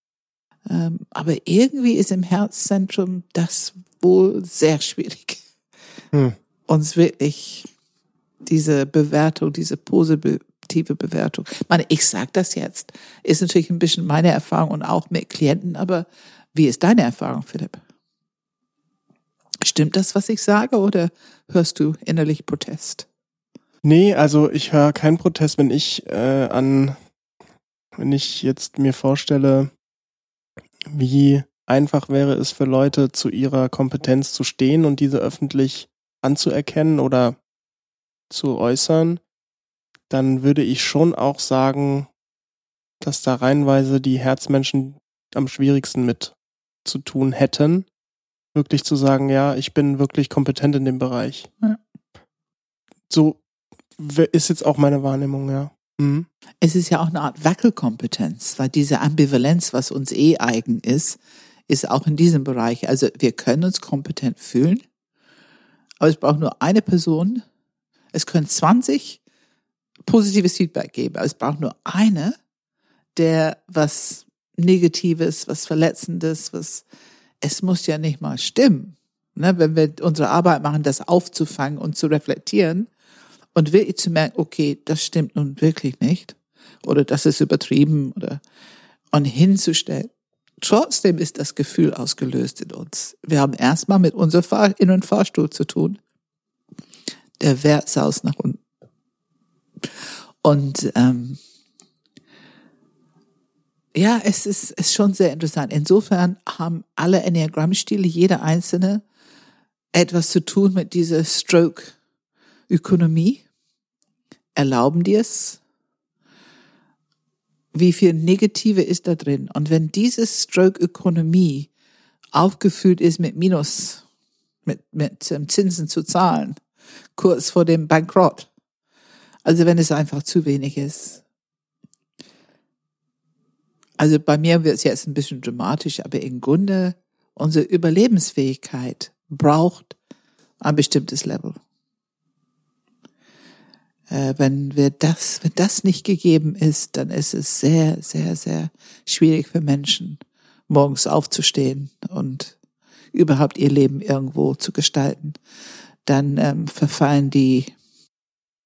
Aber irgendwie ist im Herzzentrum das wohl sehr schwierig. Uns wirklich diese Bewertung, diese positive Bewertung. Ich sage das jetzt, ist natürlich ein bisschen meine Erfahrung und auch mit Klienten, aber wie ist deine Erfahrung, Philipp? Stimmt das, was ich sage, oder hörst du innerlich Protest? Nee, also ich höre keinen Protest, wenn ich jetzt mir vorstelle, wie einfach wäre es für Leute, zu ihrer Kompetenz zu stehen und diese öffentlich anzuerkennen oder zu äußern, dann würde ich schon auch sagen, dass da reihenweise die Herzmenschen am schwierigsten mit zu tun hätten, wirklich zu sagen, ja, ich bin wirklich kompetent in dem Bereich. Ja. So ist jetzt auch meine Wahrnehmung, ja. Mhm. Es ist ja auch eine Art Wackelkompetenz, weil diese Ambivalenz, was uns eigen ist auch in diesem Bereich. Also wir können uns kompetent fühlen, aber es braucht nur eine Person. Es können 20 positives Feedback geben, aber es braucht nur eine, der was Negatives, was Verletzendes, es muss ja nicht mal stimmen. Ne? Wenn wir unsere Arbeit machen, das aufzufangen und zu reflektieren und wirklich zu merken, okay, das stimmt nun wirklich nicht oder das ist übertrieben und hinzustellen. Trotzdem ist das Gefühl ausgelöst in uns. Wir haben erstmal mit unserem inneren Fahrstuhl zu tun. Der Wert saust nach unten. Und ja, es ist schon sehr interessant. Insofern haben alle Enneagramm-Stile, jeder einzelne, etwas zu tun mit dieser Stroke-Ökonomie. Erlauben die es? Wie viel Negative ist da drin? Und wenn diese Stroke-Ökonomie aufgefüllt ist mit Minus, mit Zinsen zu zahlen, kurz vor dem Bankrott, also wenn es einfach zu wenig ist. Also bei mir wird es jetzt ein bisschen dramatisch, aber im Grunde unsere Überlebensfähigkeit braucht ein bestimmtes Level. Wenn das nicht gegeben ist, dann ist es sehr, sehr, sehr schwierig für Menschen, morgens aufzustehen und überhaupt ihr Leben irgendwo zu gestalten. Dann verfallen die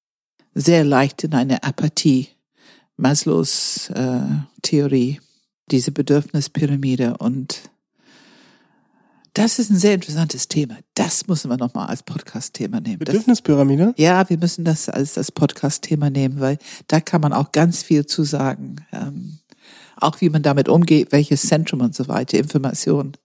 sehr leicht in eine Apathie. Maslows Theorie, diese Bedürfnispyramide. Und das ist ein sehr interessantes Thema. Das müssen wir nochmal als Podcast-Thema nehmen. Bedürfnispyramide? Ja, wir müssen das als das Podcast-Thema nehmen, weil da kann man auch ganz viel zu sagen. Auch wie man damit umgeht, welches Zentrum und so weiter, Information.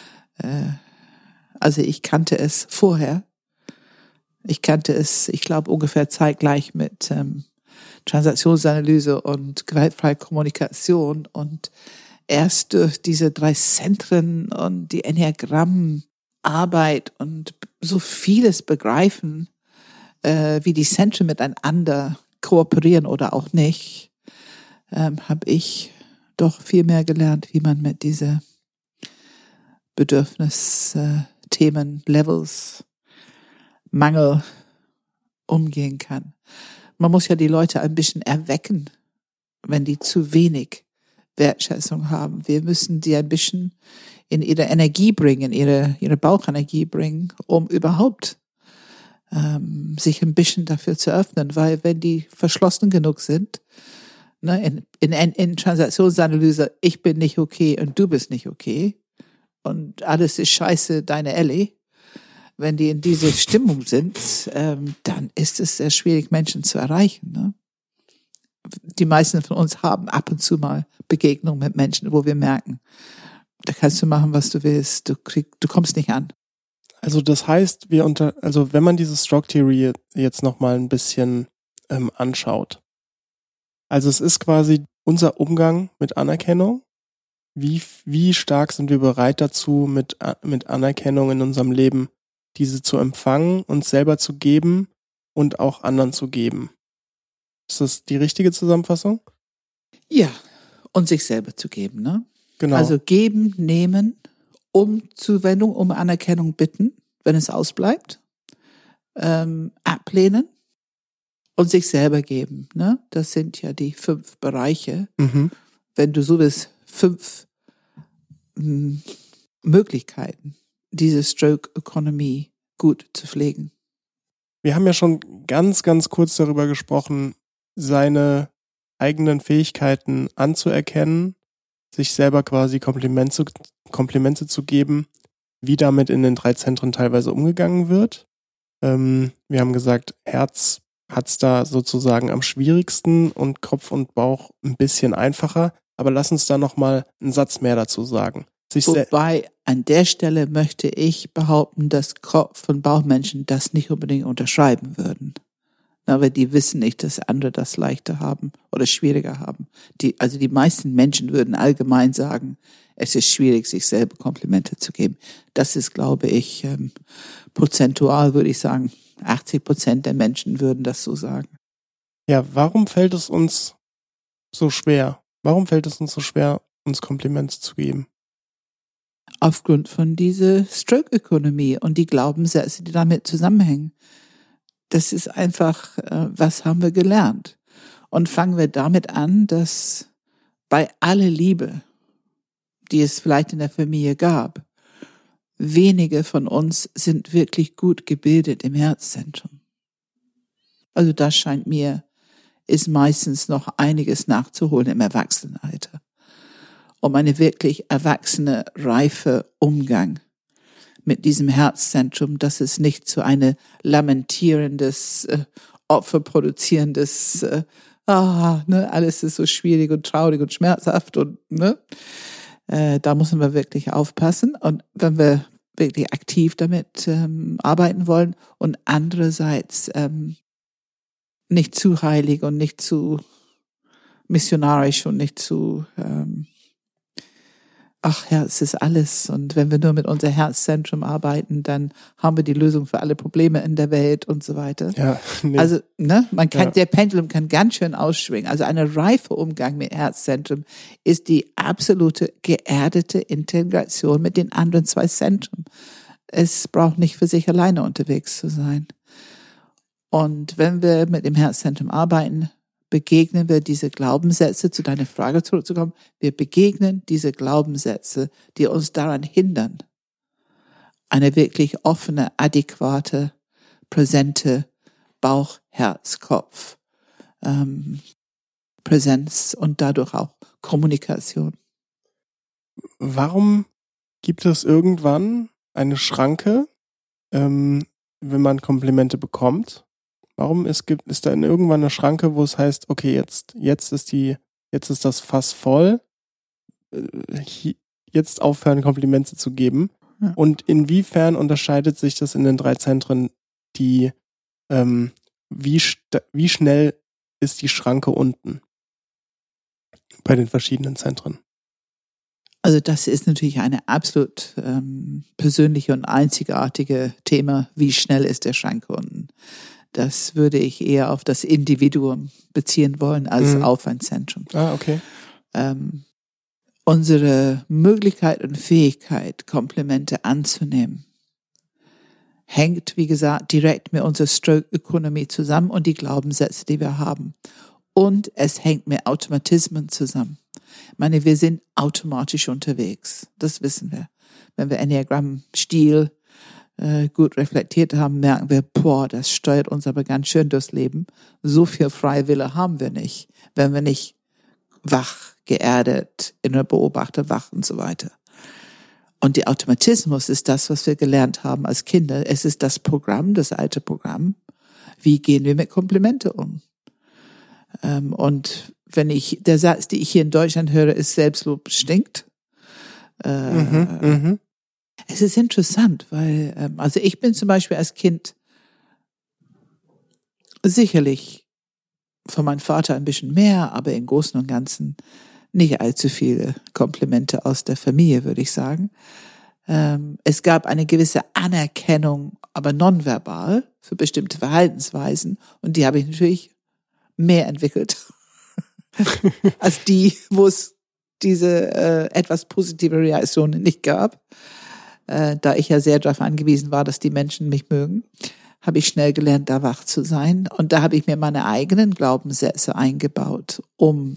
Also ich kannte es vorher. Ich kannte es, ich glaube, ungefähr zeitgleich mit Transaktionsanalyse und gewaltfreie Kommunikation. Und erst durch diese 3 Zentren und die Enneagrammarbeit und so vieles begreifen, wie die Zentren miteinander kooperieren oder auch nicht, habe ich doch viel mehr gelernt, wie man mit diese Bedürfnisthemen, Levels, Mangel umgehen kann. Man muss ja die Leute ein bisschen erwecken, wenn die zu wenig Wertschätzung haben. Wir müssen die ein bisschen in ihre Energie bringen, ihre Bauchenergie bringen, um überhaupt sich ein bisschen dafür zu öffnen. Weil wenn die verschlossen genug sind, ne, in Transaktionsanalyse, ich bin nicht okay und du bist nicht okay und alles ist scheiße, deine Ellie. Wenn die in diese Stimmung sind, dann ist es sehr schwierig, Menschen zu erreichen. Ne? Die meisten von uns haben ab und zu mal Begegnungen mit Menschen, wo wir merken, da kannst du machen, was du willst, du kommst nicht an. Also das heißt, wenn man diese Stroke Theory jetzt nochmal ein bisschen anschaut. Also es ist quasi unser Umgang mit Anerkennung. Wie stark sind wir bereit dazu, mit Anerkennung in unserem Leben diese zu empfangen, uns selber zu geben und auch anderen zu geben. Ist das die richtige Zusammenfassung? Ja, und sich selber zu geben, ne? Genau. Also geben, nehmen, um Zuwendung, um Anerkennung bitten, wenn es ausbleibt, ablehnen und sich selber geben, ne? Das sind ja die 5 Bereiche. Mhm. Wenn du so willst, 5 Möglichkeiten, diese Stroke-Ökonomie gut zu pflegen. Wir haben ja schon ganz, ganz kurz darüber gesprochen, seine eigenen Fähigkeiten anzuerkennen, sich selber quasi Komplimente zu geben, wie damit in den 3 Zentren teilweise umgegangen wird. Wir haben gesagt, Herz hat's da sozusagen am schwierigsten und Kopf und Bauch ein bisschen einfacher. Aber lass uns da nochmal einen Satz mehr dazu sagen. Wobei an der Stelle möchte ich behaupten, dass Kopf- und Bauchmenschen das nicht unbedingt unterschreiben würden. Aber die wissen nicht, dass andere das leichter haben oder schwieriger haben. Die meisten Menschen würden allgemein sagen, es ist schwierig, sich selber Komplimente zu geben. Das ist, glaube ich, prozentual würde ich sagen, 80% der Menschen würden das so sagen. Ja, warum fällt es uns so schwer? Warum fällt es uns so schwer, uns Komplimente zu geben? Aufgrund von dieser Stroke-Ökonomie und die Glaubenssätze, die damit zusammenhängen. Das ist einfach, was haben wir gelernt? Und fangen wir damit an, dass bei aller Liebe, die es vielleicht in der Familie gab, wenige von uns sind wirklich gut gebildet im Herzzentrum. Also das scheint mir, ist meistens noch einiges nachzuholen im Erwachsenenalter. Um eine wirklich erwachsene, reife Umgang mit diesem Herzzentrum, dass es nicht zu einem lamentierendes, opferproduzierendes, alles ist so schwierig und traurig und schmerzhaft und da müssen wir wirklich aufpassen. Und wenn wir wirklich aktiv damit arbeiten wollen und andererseits nicht zu heilig und nicht zu missionarisch und nicht zu es ist alles. Und wenn wir nur mit unser Herzzentrum arbeiten, dann haben wir die Lösung für alle Probleme in der Welt und so weiter. Ja, nee. Also, der Pendulum kann ganz schön ausschwingen. Also eine reife Umgang mit Herzzentrum ist die absolute geerdete Integration mit den anderen 2 Zentren. Es braucht nicht für sich alleine unterwegs zu sein. Und wenn wir mit dem Herzzentrum arbeiten, begegnen wir diese Glaubenssätze, zu deiner Frage zurückzukommen, wir begegnen diese Glaubenssätze, die uns daran hindern, eine wirklich offene, adäquate, präsente Bauch, Herz, Kopf, Präsenz und dadurch auch Kommunikation. Warum gibt es irgendwann eine Schranke, wenn man Komplimente bekommt? Warum ist da irgendwann eine Schranke, wo es heißt, okay, jetzt ist das Fass voll, jetzt aufhören, Komplimente zu geben? Ja. Und inwiefern unterscheidet sich das in den 3 Zentren, wie schnell ist die Schranke unten bei den verschiedenen Zentren? Also das ist natürlich eine absolut persönliche und einzigartige Thema. Wie schnell ist der Schrank unten? Das würde ich eher auf das Individuum beziehen wollen als auf ein Zentrum. Ah, okay. Unsere Möglichkeit und Fähigkeit, Komplimente anzunehmen, hängt, wie gesagt, direkt mit unserer Stroke-Ökonomie zusammen und die Glaubenssätze, die wir haben. Und es hängt mit Automatismen zusammen. Ich meine, wir sind automatisch unterwegs. Das wissen wir. Wenn wir Enneagramm-Stil gut reflektiert haben, merken wir, das steuert uns aber ganz schön durchs Leben. So viel Freiwille haben wir nicht, wenn wir nicht wach, geerdet, innerer Beobachter, wach und so weiter. Und der Automatismus ist das, was wir gelernt haben als Kinder. Es ist das Programm, das alte Programm. Wie gehen wir mit Komplimente um? Und der Satz, den ich hier in Deutschland höre, ist Selbstlob stinkt. Es ist interessant, weil, also ich bin zum Beispiel als Kind sicherlich von meinem Vater ein bisschen mehr, aber im Großen und Ganzen nicht allzu viele Komplimente aus der Familie, würde ich sagen. Es gab eine gewisse Anerkennung, aber nonverbal für bestimmte Verhaltensweisen und die habe ich natürlich mehr entwickelt als die, wo es diese etwas positive Reaktionen nicht gab. Da ich ja sehr darauf angewiesen war, dass die Menschen mich mögen, habe ich schnell gelernt, da wach zu sein. Und da habe ich mir meine eigenen Glaubenssätze eingebaut, um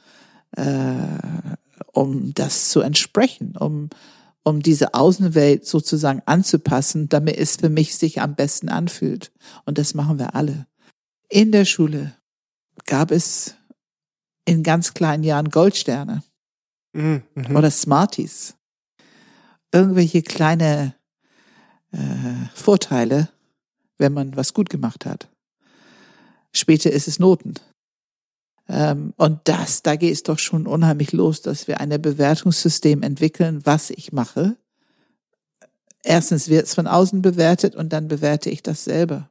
das zu entsprechen, um diese Außenwelt sozusagen anzupassen, damit es für mich sich am besten anfühlt. Und das machen wir alle. In der Schule gab es in ganz kleinen Jahren Goldsterne oder Smarties. Irgendwelche kleine Vorteile, wenn man was gut gemacht hat. Später ist es Noten. Und da geht es doch schon unheimlich los, dass wir ein Bewertungssystem entwickeln, was ich mache. Erstens wird es von außen bewertet und dann bewerte ich das selber.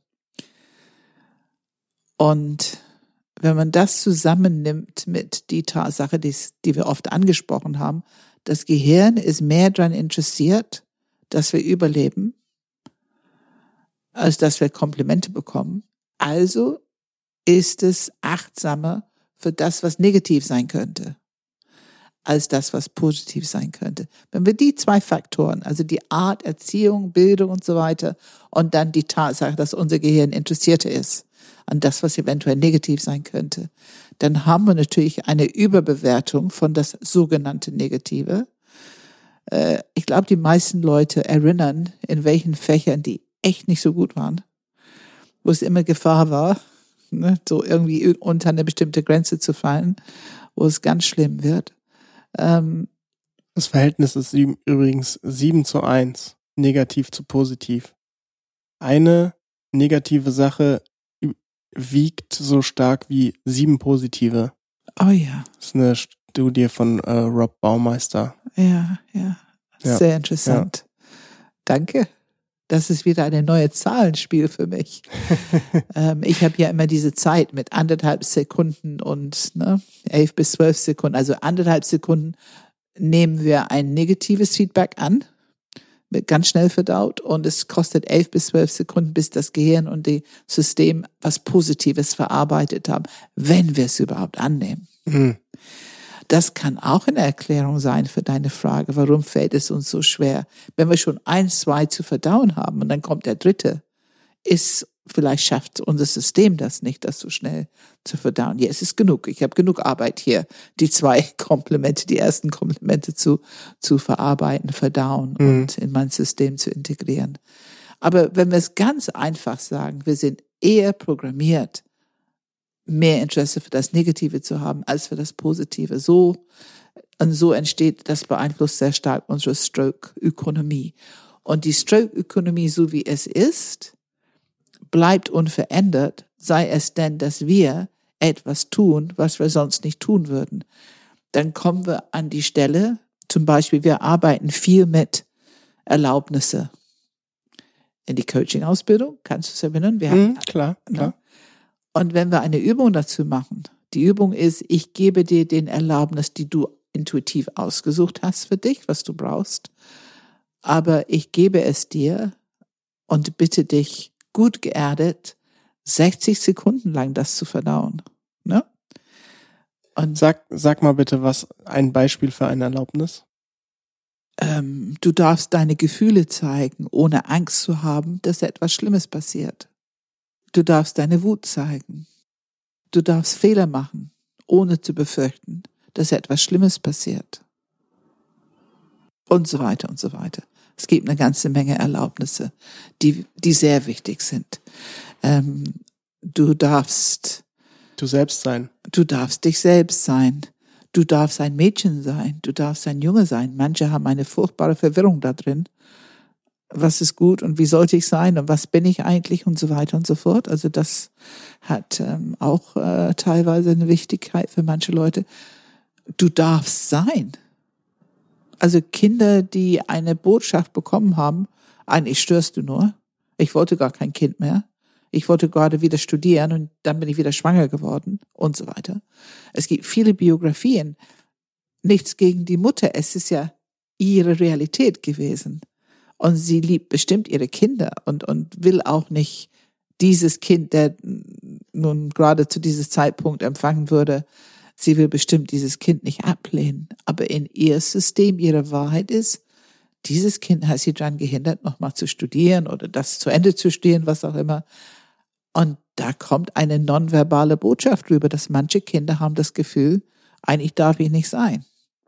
Und wenn man das zusammennimmt mit die Tatsache, die wir oft angesprochen haben, das Gehirn ist mehr daran interessiert, dass wir überleben, als dass wir Komplimente bekommen. Also ist es achtsamer für das, was negativ sein könnte, als das, was positiv sein könnte. Wenn wir die 2 Faktoren, also die Art, Erziehung, Bildung und so weiter, und dann die Tatsache, dass unser Gehirn interessierter ist an das, was eventuell negativ sein könnte, dann haben wir natürlich eine Überbewertung von das sogenannte Negative. Ich glaube, die meisten Leute erinnern, in welchen Fächern die echt nicht so gut waren, wo es immer Gefahr war, ne, so irgendwie unter eine bestimmte Grenze zu fallen, wo es ganz schlimm wird. Das Verhältnis ist übrigens 7:1, negativ zu positiv. Eine negative Sache wiegt so stark wie 7 positive. Oh ja. Das ist eine Studie von Rob Baumeister. Ja. Sehr interessant. Ja. Danke. Das ist wieder eine neue Zahlenspiel für mich. Ich habe ja immer diese Zeit mit 1,5 Sekunden und 11 bis 12 Sekunden. Also 1,5 Sekunden nehmen wir ein negatives Feedback an, wird ganz schnell verdaut und es kostet 11 bis 12 Sekunden, bis das Gehirn und das System was Positives verarbeitet haben, wenn wir es überhaupt annehmen. Das kann auch eine Erklärung sein für deine Frage, warum fällt es uns so schwer? Wenn wir schon 1, 2 zu verdauen haben und dann kommt der 3, vielleicht schafft unser System das nicht, das so schnell zu verdauen. Ja, es ist genug. Ich habe genug Arbeit hier, die 2 Komplimente, die ersten Komplimente zu verarbeiten, verdauen und in mein System zu integrieren. Aber wenn wir es ganz einfach sagen, wir sind eher programmiert, mehr Interesse für das Negative zu haben als für das Positive. So Und so entsteht, das beeinflusst sehr stark unsere Stroke-Ökonomie. Und die Stroke-Ökonomie, so wie es ist, bleibt unverändert, sei es denn, dass wir etwas tun, was wir sonst nicht tun würden. Dann kommen wir an die Stelle, zum Beispiel, wir arbeiten viel mit Erlaubnisse. In die Coaching-Ausbildung, kannst du es erinnern? Klar. Und wenn wir eine Übung dazu machen, die Übung ist, ich gebe dir den Erlaubnis, die du intuitiv ausgesucht hast für dich, was du brauchst, aber ich gebe es dir und bitte dich, gut geerdet, 60 Sekunden lang das zu verdauen. Ne? Und Sag mal bitte ein Beispiel für eine Erlaubnis. Du darfst deine Gefühle zeigen, ohne Angst zu haben, dass etwas Schlimmes passiert. Du darfst deine Wut zeigen. Du darfst Fehler machen, ohne zu befürchten, dass etwas Schlimmes passiert. Und so weiter und so weiter. Es gibt eine ganze Menge Erlaubnisse, die sehr wichtig sind. Du darfst du selbst sein. Du darfst dich selbst sein. Du darfst ein Mädchen sein. Du darfst ein Junge sein. Manche haben eine furchtbare Verwirrung da drin. Was ist gut und wie sollte ich sein und was bin ich eigentlich und so weiter und so fort. Also das hat auch teilweise eine Wichtigkeit für manche Leute. Du darfst sein. Also Kinder, die eine Botschaft bekommen haben, eigentlich störst du nur. Ich wollte gar kein Kind mehr. Ich wollte gerade wieder studieren und dann bin ich wieder schwanger geworden und so weiter. Es gibt viele Biografien. Nichts gegen die Mutter. Es ist ja ihre Realität gewesen. Und sie liebt bestimmt ihre Kinder und will auch nicht dieses Kind, der nun gerade zu diesem Zeitpunkt empfangen würde, sie will bestimmt dieses Kind nicht ablehnen. Aber in ihr System, ihre Wahrheit ist, dieses Kind hat sie daran gehindert, nochmal zu studieren oder das zu Ende zu studieren, was auch immer. Und da kommt eine nonverbale Botschaft rüber, dass manche Kinder haben das Gefühl, eigentlich darf ich nicht sein.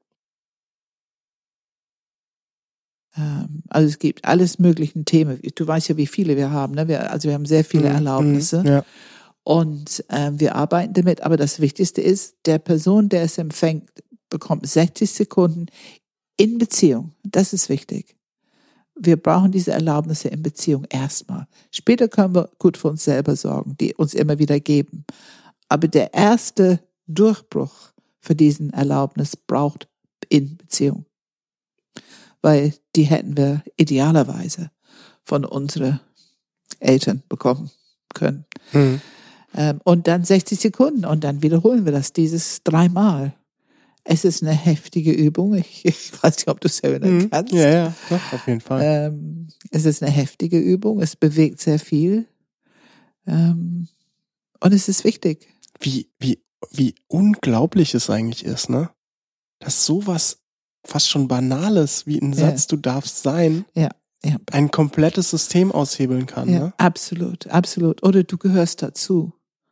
Also es gibt alles möglichen Themen. Du weißt ja, wie viele wir haben. Ne? Wir haben sehr viele Erlaubnisse. Ja. Und wir arbeiten damit. Aber das Wichtigste ist, der Person, der es empfängt, bekommt 60 Sekunden in Beziehung. Das ist wichtig. Wir brauchen diese Erlaubnisse in Beziehung erstmal. Später können wir gut für uns selber sorgen, die uns immer wieder geben. Aber der erste Durchbruch für diesen Erlaubnis braucht in Beziehung. Weil die hätten wir idealerweise von unseren Eltern bekommen können. Und dann 60 Sekunden und dann wiederholen wir dieses 3-mal. Es ist eine heftige Übung. Ich weiß nicht, ob du es erinnern kannst. Ja, doch, auf jeden Fall. Es ist eine heftige Übung. Es bewegt sehr viel. Und es ist wichtig. Wie unglaublich es eigentlich ist, ne? Dass sowas fast schon Banales wie ein Satz, du darfst sein, ein komplettes System aushebeln kann. Ja, ne? absolut, absolut. Oder du gehörst dazu.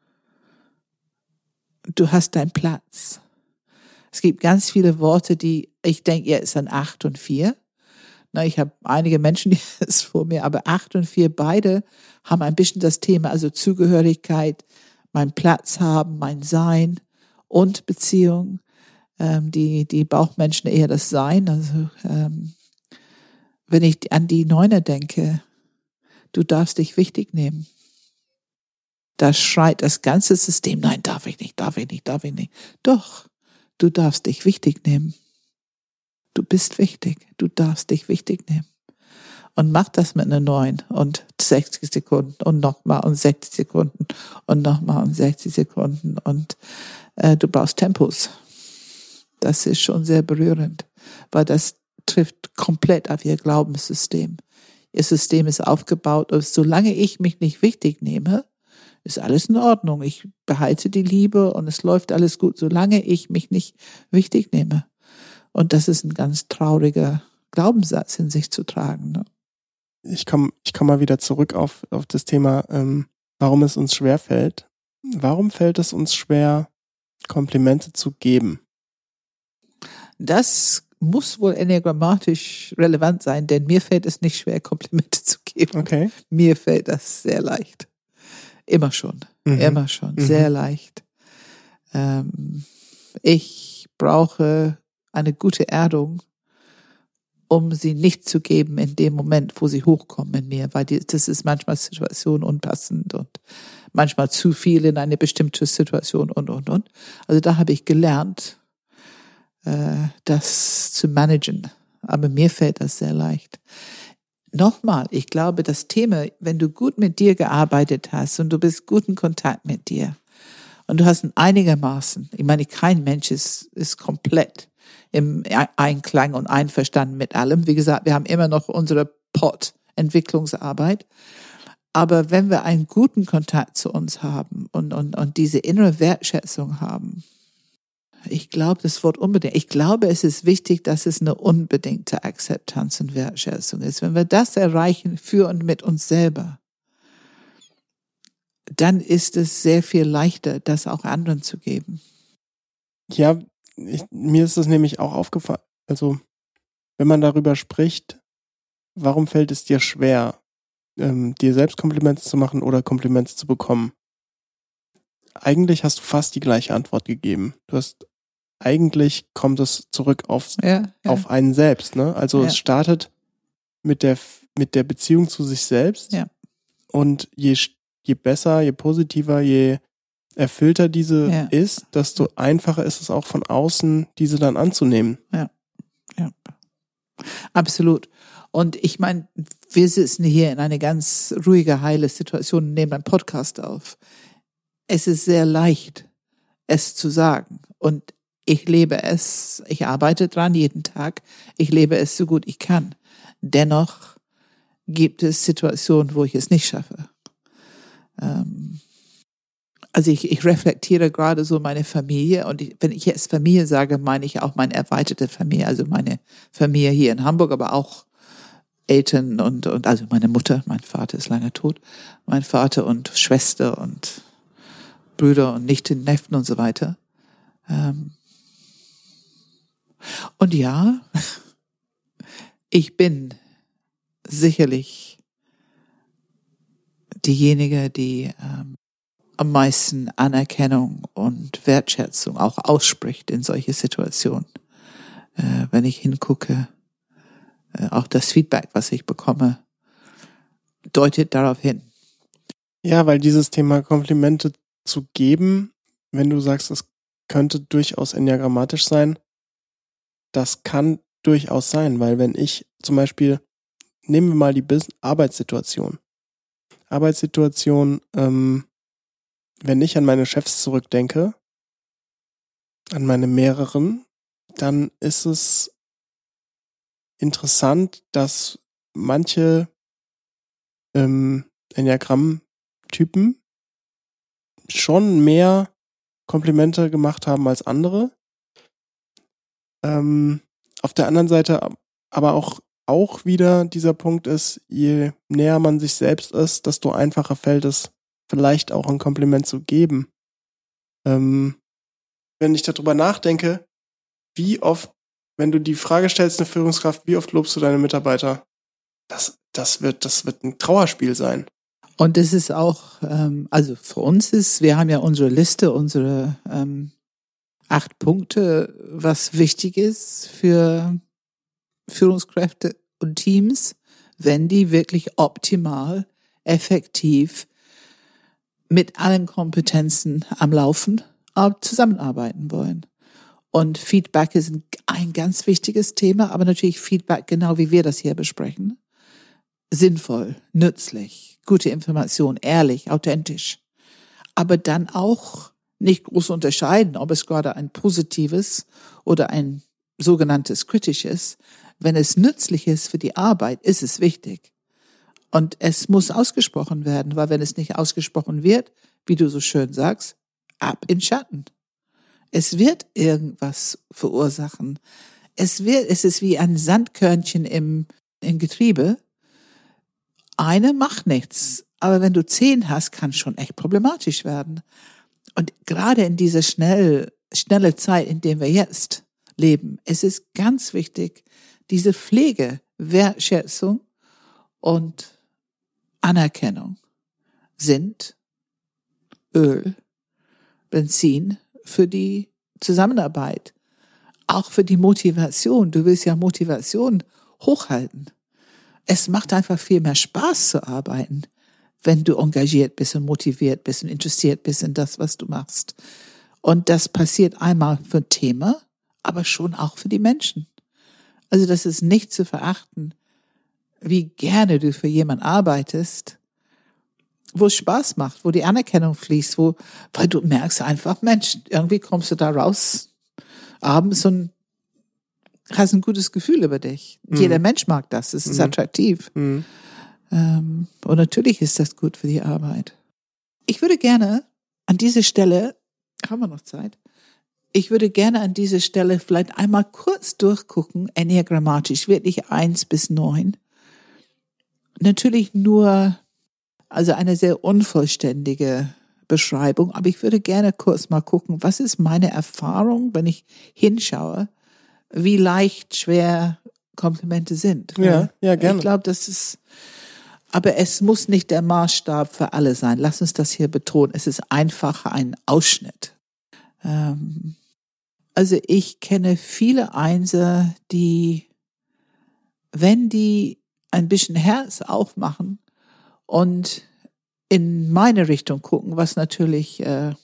Du hast deinen Platz. Es gibt ganz viele Worte, die, ich denke, jetzt an 8 und 4. Na, ich habe einige Menschen, die es vor mir, aber 8 und 4, beide haben ein bisschen das Thema, also Zugehörigkeit, mein Platz haben, mein Sein und Beziehung. Die Bauchmenschen eher das Sein. Also wenn ich an die 9er denke, du darfst dich wichtig nehmen. Da schreit das ganze System, nein, darf ich nicht. Doch, du darfst dich wichtig nehmen. Du bist wichtig, du darfst dich wichtig nehmen. Und mach das mit einer 9 und 60 Sekunden und nochmal und 60 Sekunden und nochmal und 60 Sekunden und du brauchst Tempos. Das ist schon sehr berührend, weil das trifft komplett auf ihr Glaubenssystem. Ihr System ist aufgebaut, und solange ich mich nicht wichtig nehme, ist alles in Ordnung. Ich behalte die Liebe und es läuft alles gut, solange ich mich nicht wichtig nehme. Und das ist ein ganz trauriger Glaubenssatz in sich zu tragen. Ne? Ich komm mal wieder zurück auf das Thema, warum es uns schwerfällt. Warum fällt es uns schwer, Komplimente zu geben? Das muss wohl enneagrammatisch relevant sein, denn mir fällt es nicht schwer, Komplimente zu geben. Okay. Mir fällt das sehr leicht. Immer schon, sehr leicht. Ich brauche eine gute Erdung, um sie nicht zu geben in dem Moment, wo sie hochkommen in mir, weil das ist manchmal Situation unpassend und manchmal zu viel in eine bestimmte Situation und. Also da habe ich gelernt, das zu managen. Aber mir fällt das sehr leicht. Nochmal, ich glaube, das Thema, wenn du gut mit dir gearbeitet hast und du bist gut in Kontakt mit dir und du hast einigermaßen, ich meine, kein Mensch ist komplett im Einklang und einverstanden mit allem. Wie gesagt, wir haben immer noch unsere Entwicklungsarbeit. Aber wenn wir einen guten Kontakt zu uns haben und diese innere Wertschätzung haben, ich glaube, das Wort unbedingt, ich glaube, es ist wichtig, dass es eine unbedingte Akzeptanz und Wertschätzung ist. Wenn wir das erreichen für und mit uns selber, dann ist es sehr viel leichter, das auch anderen zu geben. Ja, mir ist es nämlich auch aufgefallen, also wenn man darüber spricht, warum fällt es dir schwer, dir selbst Komplimente zu machen oder Komplimente zu bekommen? Eigentlich hast du fast die gleiche Antwort gegeben. Eigentlich kommt es zurück auf einen selbst, ne? Also es startet mit der Beziehung zu sich selbst. Ja. Und je besser, je positiver, je erfüllter diese ist, desto einfacher ist es auch von außen, diese dann anzunehmen. Ja. Absolut. Und ich meine, wir sitzen hier in eine ganz ruhige, heile Situation und nehmen einen Podcast auf. Es ist sehr leicht, es zu sagen. Und ich lebe es, ich arbeite dran jeden Tag, ich lebe es so gut ich kann. Dennoch gibt es Situationen, wo ich es nicht schaffe. Also ich reflektiere gerade so meine Familie und wenn ich jetzt Familie sage, meine ich auch meine erweiterte Familie, also meine Familie hier in Hamburg, aber auch Eltern und also meine Mutter, mein Vater ist lange tot, mein Vater und Schwester und Brüder und Nichten, Neffen und so weiter. Und ja, ich bin sicherlich diejenige, die am meisten Anerkennung und Wertschätzung auch ausspricht in solche Situationen. Wenn ich hingucke, auch das Feedback, was ich bekomme, deutet darauf hin. Ja, weil dieses Thema Komplimente zu geben, wenn du sagst, es könnte durchaus enneagrammatisch sein, das kann durchaus sein, weil wenn ich zum Beispiel, nehmen wir mal die Arbeitssituation. Wenn ich an meine Chefs zurückdenke, an meine mehreren, dann ist es interessant, dass manche Enneagramm-Typen schon mehr Komplimente gemacht haben als andere. Auf der anderen Seite aber auch wieder dieser Punkt ist, je näher man sich selbst ist, desto einfacher fällt es, vielleicht auch ein Kompliment zu geben. Wenn ich darüber nachdenke, wie oft, wenn du die Frage stellst, eine Führungskraft, wie oft lobst du deine Mitarbeiter? Das wird ein Trauerspiel sein. Und es ist auch, also für uns wir haben ja unsere Liste, unsere 8 Punkte, was wichtig ist für Führungskräfte und Teams, wenn die wirklich optimal, effektiv mit allen Kompetenzen am Laufen zusammenarbeiten wollen. Und Feedback ist ein ganz wichtiges Thema, aber natürlich Feedback, genau wie wir das hier besprechen. Sinnvoll, nützlich, gute Information, ehrlich, authentisch. Aber dann auch nicht groß unterscheiden, ob es gerade ein positives oder ein sogenanntes kritisches. Wenn es nützlich ist für die Arbeit, ist es wichtig. Und es muss ausgesprochen werden, weil wenn es nicht ausgesprochen wird, wie du so schön sagst, ab in Schatten. Es wird irgendwas verursachen. Es ist wie ein Sandkörnchen im Getriebe. Eine macht nichts. Aber wenn du 10 hast, kann es schon echt problematisch werden. Und gerade in dieser schnelle Zeit, in der wir jetzt leben, es ist ganz wichtig, diese Pflege, Wertschätzung und Anerkennung sind Öl, Benzin für die Zusammenarbeit. Auch für die Motivation. Du willst ja Motivation hochhalten. Es macht einfach viel mehr Spaß zu arbeiten, wenn du engagiert bist und motiviert bist und interessiert bist in das, was du machst. Und das passiert einmal für ein Thema, aber schon auch für die Menschen. Also das ist nicht zu verachten, wie gerne du für jemanden arbeitest, wo es Spaß macht, wo die Anerkennung fließt, weil du merkst einfach, Mensch, irgendwie kommst du da raus abends und hast ein gutes Gefühl über dich. Jeder Mensch mag das, es ist attraktiv. Und natürlich ist das gut für die Arbeit. Ich würde gerne an dieser Stelle, haben wir noch Zeit? Ich würde gerne an dieser Stelle vielleicht einmal kurz durchgucken, enneagrammatisch, wirklich 1 bis 9. Natürlich nur, also eine sehr unvollständige Beschreibung, aber ich würde gerne kurz mal gucken, was ist meine Erfahrung, wenn ich hinschaue, wie leicht, schwer Komplimente sind. Ja, gerne. Ich glaube, das ist, aber es muss nicht der Maßstab für alle sein. Lass uns das hier betonen. Es ist einfach ein Ausschnitt. Also ich kenne viele Einser, die, wenn die ein bisschen Herz aufmachen und in meine Richtung gucken, was natürlich eine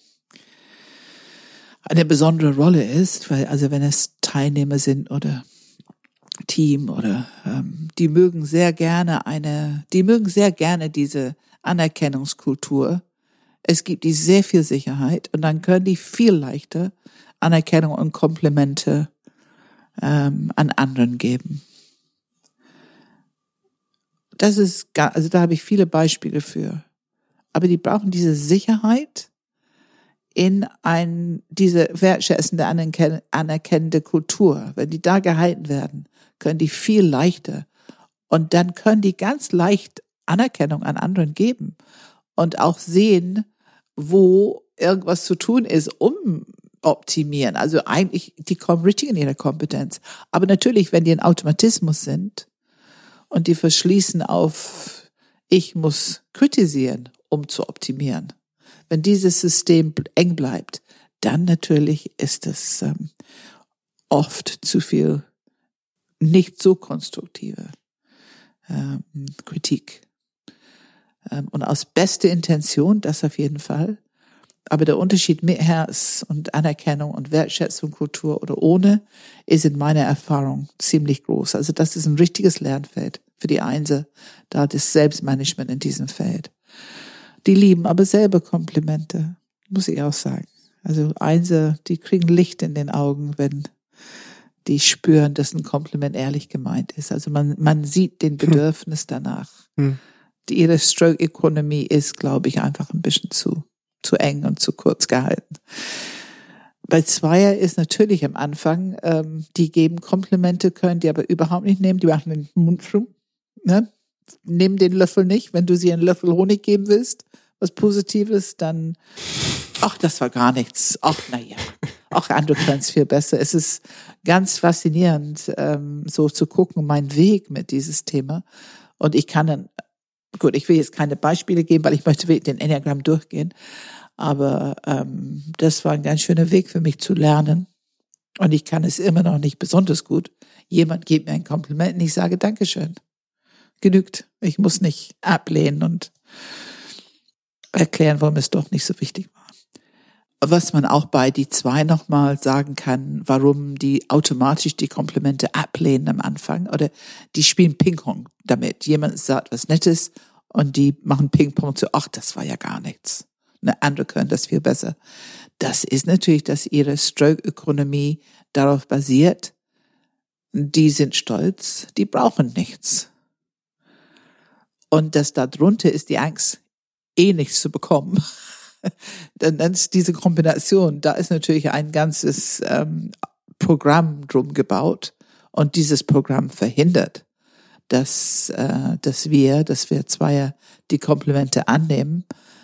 besondere Rolle ist, weil also wenn es Teilnehmer sind oder Team oder die mögen sehr gerne diese Anerkennungskultur. Es gibt die sehr viel Sicherheit und dann können die viel leichter Anerkennung und Komplimente an anderen geben. Also da habe ich viele Beispiele für. Aber die brauchen diese Sicherheit in diese wertschätzende, anerkennende Kultur. Wenn die da gehalten werden, können die viel leichter. Und dann können die ganz leicht Anerkennung an anderen geben und auch sehen, wo irgendwas zu tun ist, um optimieren. Also eigentlich, die kommen richtig in ihre Kompetenz. Aber natürlich, wenn die ein Automatismus sind und die verschließen auf, ich muss kritisieren, um zu optimieren. Wenn dieses System eng bleibt, dann natürlich ist es oft zu viel nicht so konstruktive Kritik. Und aus bester Intention, das auf jeden Fall. Aber der Unterschied mit Herz und Anerkennung und Wertschätzung, Kultur oder ohne, ist in meiner Erfahrung ziemlich groß. Also das ist ein richtiges Lernfeld für die Einser, da das Selbstmanagement in diesem Feld. Die lieben aber selber Komplimente, muss ich auch sagen. Also Einser, die kriegen Licht in den Augen, wenn die spüren, dass ein Kompliment ehrlich gemeint ist. Also man sieht den Bedürfnis danach. Ihre Stroke-Ökonomie ist, glaube ich, einfach ein bisschen zu eng und zu kurz gehalten. Bei Zweier ist natürlich am Anfang, die geben Komplimente, können die aber überhaupt nicht nehmen, die machen den Mund rum, ne? Nehmen den Löffel nicht. Wenn du sie einen Löffel Honig geben willst, was Positives, dann, ach, das war gar nichts. Ach, naja. Ach, andere können es viel besser. Es ist ganz faszinierend, so zu gucken, mein Weg mit dieses Thema. Und ich kann dann, gut, ich will jetzt keine Beispiele geben, weil ich möchte den Enneagramm durchgehen. Aber das war ein ganz schöner Weg für mich zu lernen. Und ich kann es immer noch nicht besonders gut. Jemand gibt mir ein Kompliment und ich sage Dankeschön. Genügt. Ich muss nicht ablehnen und erklären, warum es doch nicht so wichtig war. Was man auch bei die 2 nochmal sagen kann, warum die automatisch die Komplimente ablehnen am Anfang oder die spielen Ping-Pong damit. Jemand sagt was Nettes und die machen Ping-Pong zu, ach, das war ja gar nichts. Andere können das viel besser. Das ist natürlich, dass ihre Stroke-Ökonomie darauf basiert, die sind stolz, die brauchen nichts. Und das da drunter ist die Angst, nichts zu bekommen. Dann ist diese Kombination, da ist natürlich ein ganzes Programm drum gebaut und dieses Programm verhindert, dass wir Zweier die Komplimente annehmen,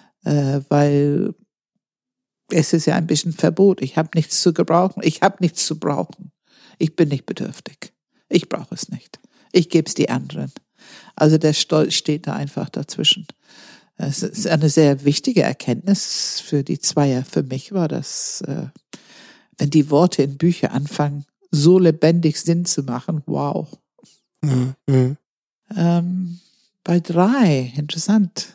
weil es ist ja ein bisschen Verbot. Ich habe nichts zu gebrauchen. Ich habe nichts zu brauchen. Ich bin nicht bedürftig. Ich brauche es nicht. Ich gebe es die anderen. Also der Stolz steht da einfach dazwischen. Es ist eine sehr wichtige Erkenntnis für die Zweier. Für mich war das, wenn die Worte in Bücher anfangen, so lebendig Sinn zu machen. Wow. Mhm. Bei 3, interessant.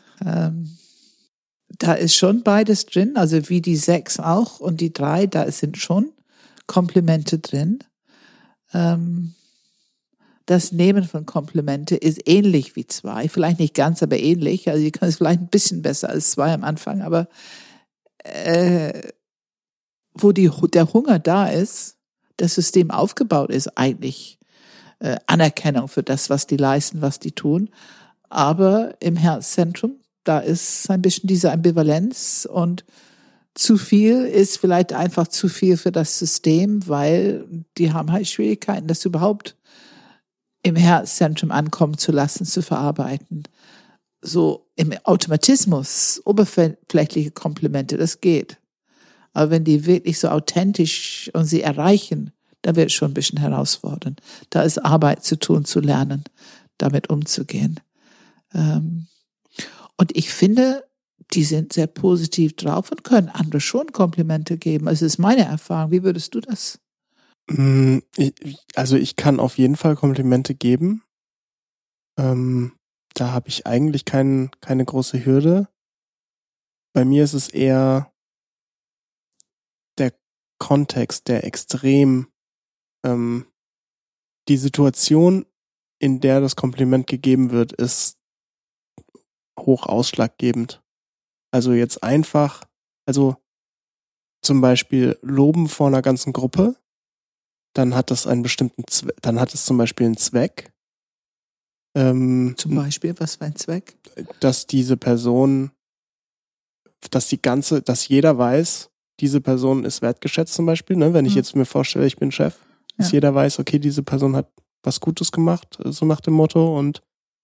Da ist schon beides drin, also wie die 6 auch und die 3, da sind schon Komplimente drin. Das Nehmen von Komplimente ist ähnlich wie 2, vielleicht nicht ganz, aber ähnlich. Also ihr könnt es vielleicht ein bisschen besser als 2 am Anfang, aber wo der Hunger da ist, das System aufgebaut ist, eigentlich Anerkennung für das, was die leisten, was die tun. Aber im Herzzentrum, da ist ein bisschen diese Ambivalenz und zu viel ist vielleicht einfach zu viel für das System, weil die haben halt Schwierigkeiten, das überhaupt im Herzzentrum ankommen zu lassen, zu verarbeiten. So im Automatismus, oberflächliche Komplimente, das geht. Aber wenn die wirklich so authentisch und sie erreichen, da wird es schon ein bisschen herausfordernd. Da ist Arbeit zu tun, zu lernen, damit umzugehen. Und ich finde, die sind sehr positiv drauf und können andere schon Komplimente geben. Also das ist meine Erfahrung. Wie würdest du das? Also ich kann auf jeden Fall Komplimente geben. Da habe ich eigentlich keine große Hürde. Bei mir ist es eher der Kontext, der extrem die Situation, in der das Kompliment gegeben wird, ist hoch ausschlaggebend. Also jetzt einfach, also zum Beispiel loben vor einer ganzen Gruppe, dann hat das einen bestimmten dann hat es zum Beispiel einen Zweck. Zum Beispiel, was für ein Zweck? Dass diese Person, dass jeder weiß, diese Person ist wertgeschätzt zum Beispiel, ne? Wenn ich jetzt mir vorstelle, ich bin Chef, dass jeder weiß, okay, diese Person hat was Gutes gemacht, so nach dem Motto, und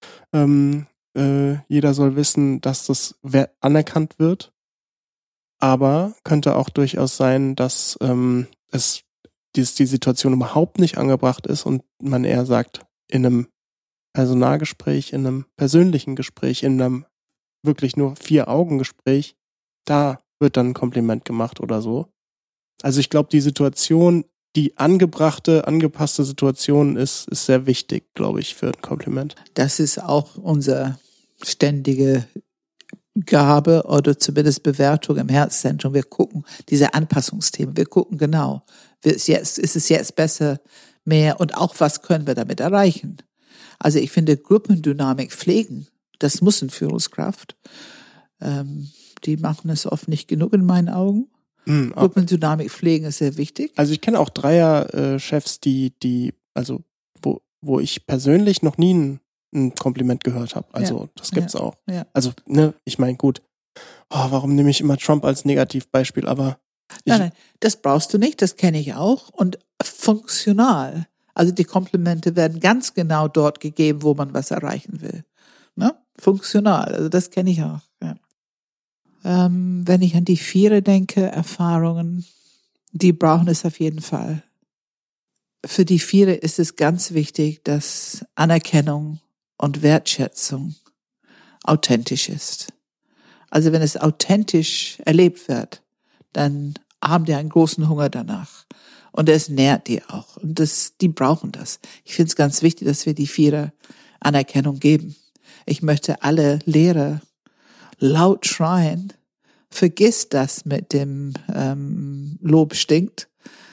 jeder soll wissen, dass das anerkannt wird. Aber könnte auch durchaus sein, dass die Situation überhaupt nicht angebracht ist und man eher sagt, in einem Personalgespräch, in einem persönlichen Gespräch, in einem wirklich nur 4-Augen-Gespräch, da wird dann ein Kompliment gemacht oder so. Also ich glaube, die Situation, die angepasste Situation ist sehr wichtig, glaube ich, für ein Kompliment. Das ist auch unsere ständige Gabe oder zumindest Bewertung im Herzzentrum. Wir gucken diese Anpassungsthemen, wir gucken genau, ist es jetzt besser, mehr und auch was können wir damit erreichen. Also ich finde Gruppendynamik pflegen, das muss eine Führungskraft. Die machen es oft nicht genug in meinen Augen. Gruppendynamik pflegen ist sehr wichtig. Also ich kenne auch Dreier-Chefs, also wo ich persönlich noch nie ein Kompliment gehört habe. Also das gibt's auch. Ja. Also, ich meine, gut, warum nehme ich immer Trump als Negativbeispiel, aber Nein, das brauchst du nicht, das kenne ich auch. Und funktional. Also die Komplimente werden ganz genau dort gegeben, wo man was erreichen will. Ne? Funktional, also das kenne ich auch. Ja. Wenn ich an die 4 denke, Erfahrungen, die brauchen es auf jeden Fall. Für die 4 ist es ganz wichtig, dass Anerkennung und Wertschätzung authentisch ist. Also wenn es authentisch erlebt wird, dann haben die einen großen Hunger danach. Und es nährt die auch. Und die brauchen das. Ich finde es ganz wichtig, dass wir die 4 Anerkennung geben. Ich möchte alle Lehrer laut schreien, vergiss das mit dem Lob stinkt.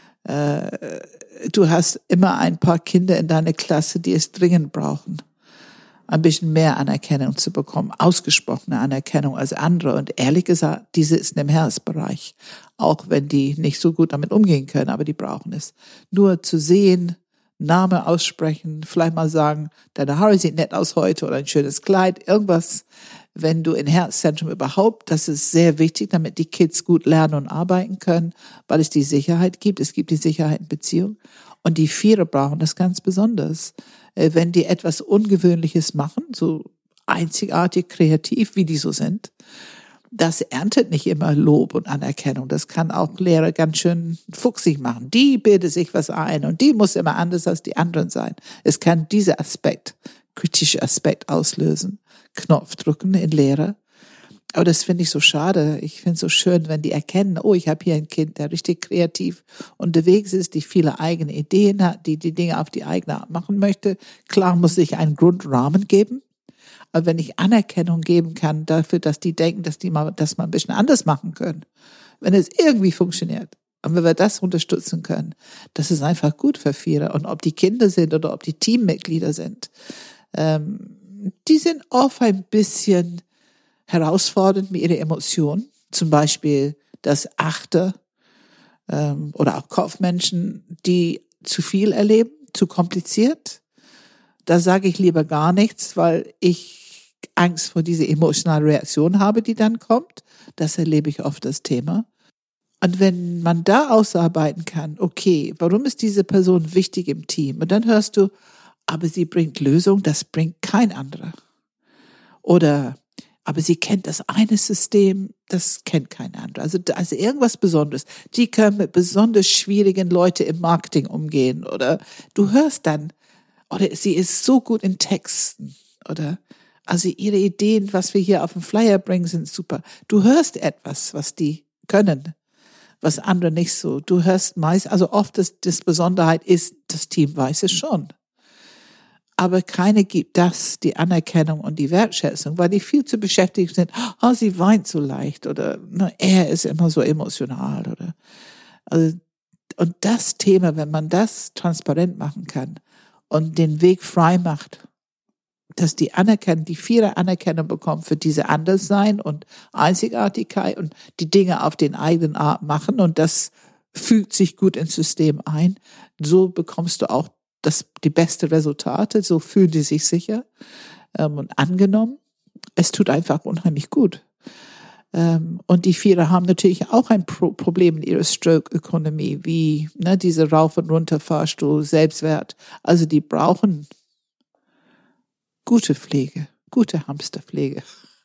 Du hast immer ein paar Kinder in deiner Klasse, die es dringend brauchen, ein bisschen mehr Anerkennung zu bekommen, ausgesprochene Anerkennung als andere. Und ehrlich gesagt, die sitzen im Herzbereich, auch wenn die nicht so gut damit umgehen können, aber die brauchen es. Nur zu sehen, Name aussprechen, vielleicht mal sagen, deine Haare sieht nett aus heute oder ein schönes Kleid, irgendwas, wenn du in Herzzentrum überhaupt, das ist sehr wichtig, damit die Kids gut lernen und arbeiten können, weil es die Sicherheit gibt. Es gibt die Sicherheit in Beziehung. Und die 4 brauchen das ganz besonders. Wenn die etwas Ungewöhnliches machen, so einzigartig, kreativ, wie die so sind, das erntet nicht immer Lob und Anerkennung. Das kann auch Lehrer ganz schön fuchsig machen. Die bildet sich was ein und die muss immer anders als die anderen sein. Es kann dieser Aspekt, kritische Aspekt auslösen. Knopf drücken in Lehrer. Aber das finde ich so schade. Ich finde es so schön, wenn die erkennen, oh, ich habe hier ein Kind, der richtig kreativ unterwegs ist, die viele eigene Ideen hat, die Dinge auf die eigene Art machen möchte. Klar muss ich einen Grundrahmen geben. Aber wenn ich Anerkennung geben kann dafür, dass die denken, dass das mal ein bisschen anders machen können, wenn es irgendwie funktioniert, und wenn wir das unterstützen können, das ist einfach gut für viele. Und ob die Kinder sind oder ob die Teammitglieder sind, die sind oft ein bisschen herausfordernd mit ihren Emotionen. Zum Beispiel das Achte oder auch Kopfmenschen, die zu viel erleben, zu kompliziert. Da sage ich lieber gar nichts, weil ich Angst vor dieser emotionalen Reaktion habe, die dann kommt. Das erlebe ich oft, das Thema. Und wenn man da ausarbeiten kann, okay, warum ist diese Person wichtig im Team? Und dann hörst du, aber sie bringt Lösung, das bringt kein anderer. Oder, aber sie kennt das eine System, das kennt kein anderer. Also irgendwas Besonderes. Die können mit besonders schwierigen Leuten im Marketing umgehen. Oder du hörst dann, oder sie ist so gut in Texten. Oder, also ihre Ideen, was wir hier auf dem Flyer bringen, sind super. Du hörst etwas, was die können, was andere nicht so. Du hörst meist, also oft das Besonderheit ist, das Team weiß es schon. Aber keiner gibt das, die Anerkennung und die Wertschätzung, weil die viel zu beschäftigt sind. Oh, sie weint so leicht oder er ist immer so emotional oder. Also, und das Thema, wenn man das transparent machen kann und den Weg frei macht, dass die viele Anerkennung bekommen für diese Anderssein und Einzigartigkeit und die Dinge auf den eigenen Art machen und das fügt sich gut ins System ein. So bekommst du auch die beste Resultate, so fühlen die sich sicher und angenommen. Es tut einfach unheimlich gut. Und die Vierer haben natürlich auch ein Problem in ihrer Stroke-Ökonomie, wie diese Rauf- und Runter-Fahrstuhl, Selbstwert. Also die brauchen gute Pflege, gute Hamsterpflege.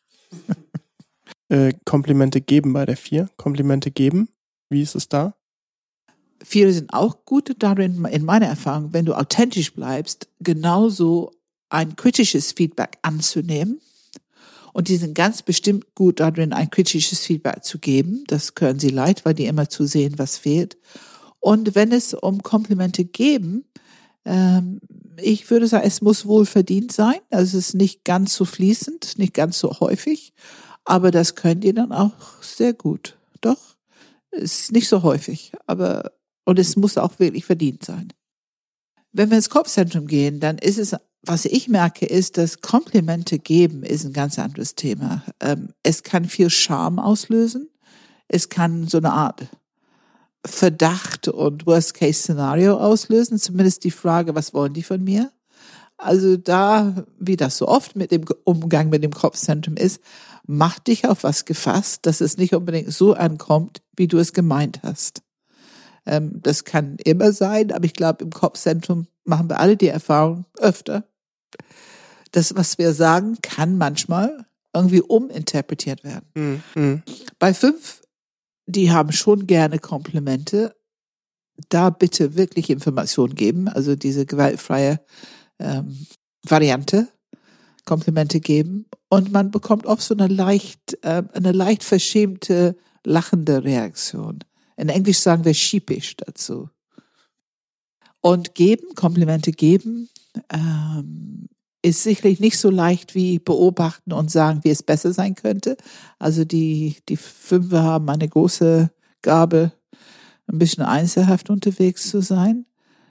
Komplimente geben bei der 4. Komplimente geben. Wie ist es da? Viele sind auch gut darin, in meiner Erfahrung, wenn du authentisch bleibst, genauso ein kritisches Feedback anzunehmen. Und die sind ganz bestimmt gut darin, ein kritisches Feedback zu geben. Das können sie leicht, weil die immer zu sehen, was fehlt. Und wenn es um Komplimente geben, ich würde sagen, es muss wohl verdient sein. Also es ist nicht ganz so fließend, nicht ganz so häufig. Aber das könnt ihr dann auch sehr gut. Doch, es ist nicht so häufig, und es muss auch wirklich verdient sein. Wenn wir ins Kopfzentrum gehen, dann ist es, was ich merke, ist, dass Komplimente geben ist ein ganz anderes Thema. Es kann viel Scham auslösen. Es kann so eine Art Verdacht und Worst-Case-Szenario auslösen. Zumindest die Frage, was wollen die von mir? Also da, wie das so oft mit dem Umgang mit dem Kopfzentrum ist, mach dich auf was gefasst, dass es nicht unbedingt so ankommt, wie du es gemeint hast. Das kann immer sein, aber ich glaube, im Kopfzentrum machen wir alle die Erfahrung öfter. Das, was wir sagen, kann manchmal irgendwie uminterpretiert werden. Mhm. Bei 5, die haben schon gerne Komplimente. Da bitte wirklich Informationen geben, also diese gewaltfreie Variante, Komplimente geben. Und man bekommt oft so eine leicht verschämte, lachende Reaktion. In Englisch sagen wir sheepish dazu. Und Komplimente geben, ist sicherlich nicht so leicht wie beobachten und sagen, wie es besser sein könnte. Also die Fünfer haben eine große Gabe, ein bisschen einzelhaft unterwegs zu sein.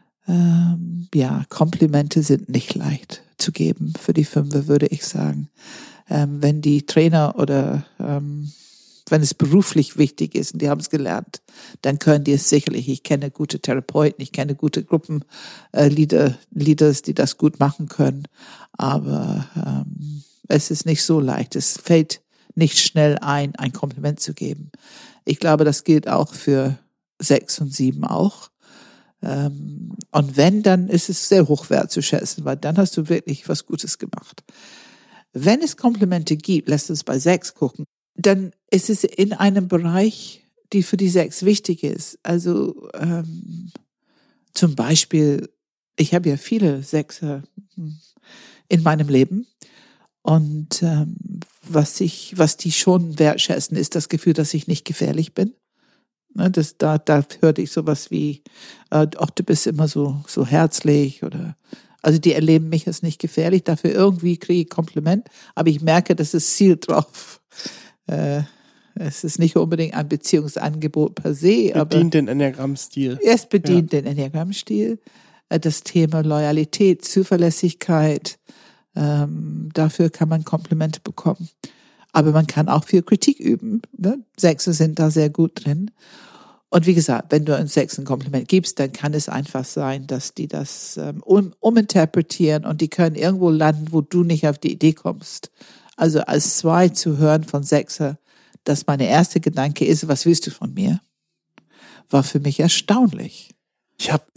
Komplimente sind nicht leicht zu geben für die Fünfer, würde ich sagen. Wenn die Trainer oder wenn es beruflich wichtig ist und die haben es gelernt, dann können die es sicherlich. Ich kenne gute Therapeuten, ich kenne gute Leaders, die das gut machen können. Aber es ist nicht so leicht. Es fällt nicht schnell ein Kompliment zu geben. Ich glaube, das gilt auch für 6 und 7 auch. Und wenn, dann ist es sehr hoch wertzuschätzen, weil dann hast du wirklich was Gutes gemacht. Wenn es Komplimente gibt, lässt uns bei 6 gucken, dann ist es in einem Bereich, die für die 6 wichtig ist. Also zum Beispiel, ich habe ja viele 6er in meinem Leben Und was die schon wertschätzen, ist das Gefühl, dass ich nicht gefährlich bin. Ne, da hörte ich sowas wie, ach, du bist immer so herzlich oder, also die erleben mich als nicht gefährlich, dafür irgendwie kriege ich Kompliment, aber ich merke, dass es zielt drauf. Es ist nicht unbedingt ein Beziehungsangebot per se, aber Bedient den Enneagramm-Stil. es bedient den Enneagramm-Stil. Das Thema Loyalität, Zuverlässigkeit, dafür kann man Komplimente bekommen. Aber man kann auch viel Kritik üben. Ne? Sechser sind da sehr gut drin. Und wie gesagt, wenn du einem Sechs ein Kompliment gibst, dann kann es einfach sein, dass die das uminterpretieren und die können irgendwo landen, wo du nicht auf die Idee kommst. Also als 2 zu hören von Sechser, dass meine erste Gedanke ist, was willst du von mir? War für mich erstaunlich. Ich hab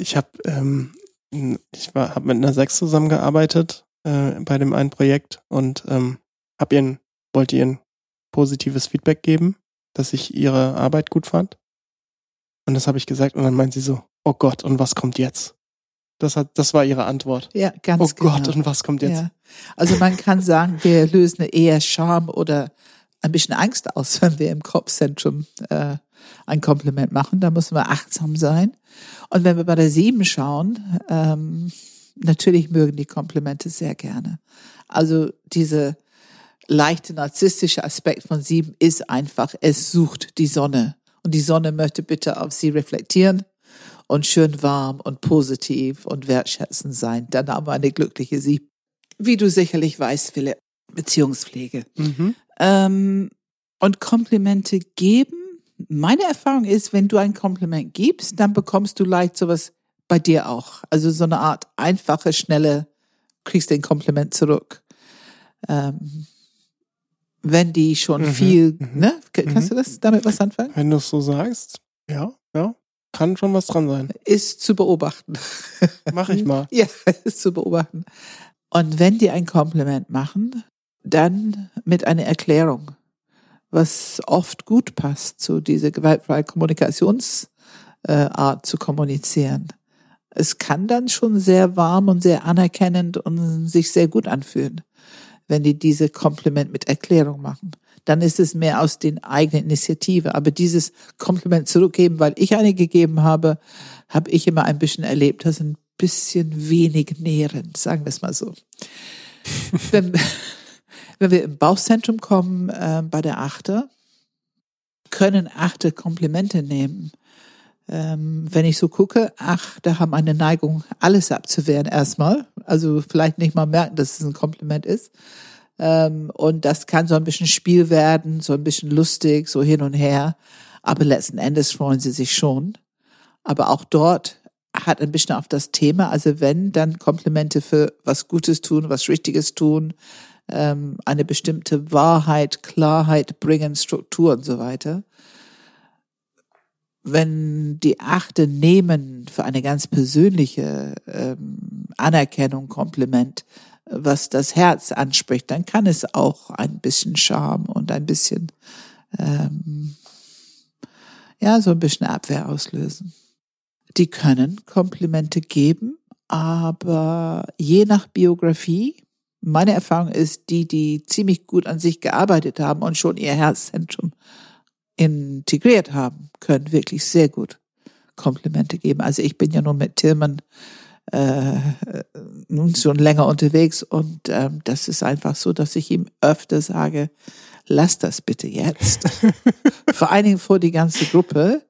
mit einer 6 zusammengearbeitet bei dem einen Projekt und wollte ihr ein positives Feedback geben, dass ich ihre Arbeit gut fand. Und das habe ich gesagt und dann meint sie so, oh Gott, und was kommt jetzt? Das war ihre Antwort. Ja, ganz genau. Oh Gott, und was kommt jetzt? Ja. Also man kann sagen, wir lösen eher Scham oder ein bisschen Angst aus, wenn wir im Kopfzentrum ein Kompliment machen. Da müssen wir achtsam sein. Und wenn wir bei der 7 schauen, natürlich mögen die Komplimente sehr gerne. Also diese leichte narzisstische Aspekt von 7 ist einfach, es sucht die Sonne. Und die Sonne möchte bitte auf sie reflektieren und schön warm und positiv und wertschätzend sein. Dann haben wir eine glückliche 7. Wie du sicherlich weißt, Philipp, Beziehungspflege. Und Komplimente geben. Meine Erfahrung ist, wenn du ein Kompliment gibst, dann bekommst du leicht sowas bei dir auch. Also so eine Art einfache, schnelle, kriegst den Kompliment zurück. Wenn die schon viel, ne? Kannst du das damit was anfangen? Wenn du es so sagst, ja, kann schon was dran sein. Ist zu beobachten. Mach ich mal. Ja, ist zu beobachten. Und wenn die ein Kompliment machen, dann mit einer Erklärung, was oft gut passt zu dieser gewaltfreien Kommunikationsart zu kommunizieren. Es kann dann schon sehr warm und sehr anerkennend und sich sehr gut anfühlen, wenn die diese Kompliment mit Erklärung machen. Dann ist es mehr aus den eigenen Initiative. Aber dieses Kompliment zurückgeben, weil ich eine gegeben habe, habe ich immer ein bisschen erlebt, das ist ein bisschen wenig nährend, sagen wir es mal so. Wenn wir im Bauchzentrum kommen, bei der Achter, können Achter Komplimente nehmen. Wenn ich so gucke, Achter haben eine Neigung, alles abzuwehren erstmal. Also vielleicht nicht mal merken, dass es ein Kompliment ist. Und das kann so ein bisschen Spiel werden, so ein bisschen lustig, so hin und her. Aber letzten Endes freuen sie sich schon. Aber auch dort hat ein bisschen auf das Thema, also wenn, dann Komplimente für was Gutes tun, was Richtiges tun, eine bestimmte Wahrheit, Klarheit bringen, Struktur und so weiter. Wenn die Achte nehmen für eine ganz persönliche Anerkennung, Kompliment, was das Herz anspricht, dann kann es auch ein bisschen Charme und ein bisschen, so ein bisschen Abwehr auslösen. Die können Komplimente geben, aber je nach Biografie, meine Erfahrung ist, die ziemlich gut an sich gearbeitet haben und schon ihr Herzzentrum integriert haben, können wirklich sehr gut Komplimente geben. Also ich bin ja nun mit Tillmann nun schon länger unterwegs und das ist einfach so, dass ich ihm öfter sage, lass das bitte jetzt. Vor allen Dingen vor die ganze Gruppe.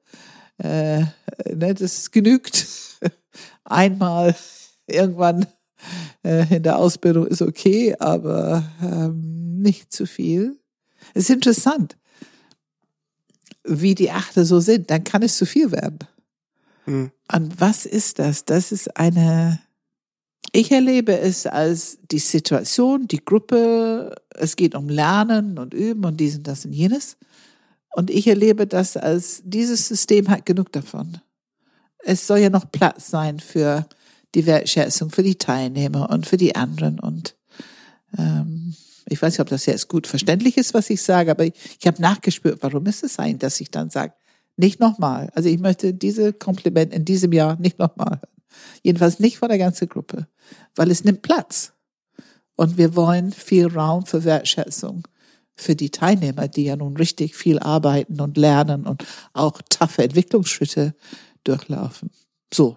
Das genügt. Einmal irgendwann in der Ausbildung ist okay, aber nicht zu viel. Es ist interessant, wie die Achter so sind. Dann kann es zu viel werden. Und was ist das? Das ist ich erlebe es als die Situation, die Gruppe, es geht um Lernen und Üben und dies und das und jenes. Und ich erlebe das als, dieses System hat genug davon. Es soll ja noch Platz sein für die Wertschätzung, für die Teilnehmer und für die anderen. Und ich weiß nicht, ob das jetzt gut verständlich ist, was ich sage, aber ich habe nachgespürt, warum ist es eigentlich, dass ich dann sage, nicht nochmal. Also ich möchte diese Kompliment in diesem Jahr nicht nochmal hören. Jedenfalls nicht von der ganzen Gruppe, weil es nimmt Platz. Und wir wollen viel Raum für Wertschätzung für die Teilnehmer, die ja nun richtig viel arbeiten und lernen und auch taffe Entwicklungsschritte durchlaufen. So.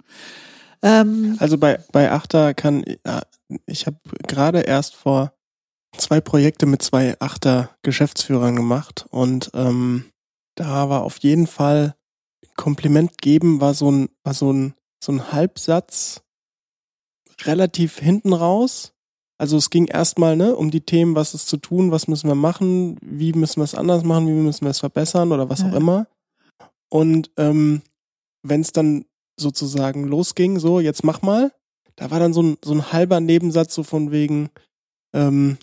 Also bei Achter ich habe gerade erst vor 2 Projekte mit 2 Achter Geschäftsführern gemacht und da war auf jeden Fall Kompliment geben war so ein Halbsatz relativ hinten raus. Also es ging erstmal um die Themen, was ist zu tun, was müssen wir machen, wie müssen wir es anders machen, wie müssen wir es verbessern oder was auch immer. Und wenn es dann sozusagen losging, so jetzt mach mal, da war dann so ein halber Nebensatz so von wegen, du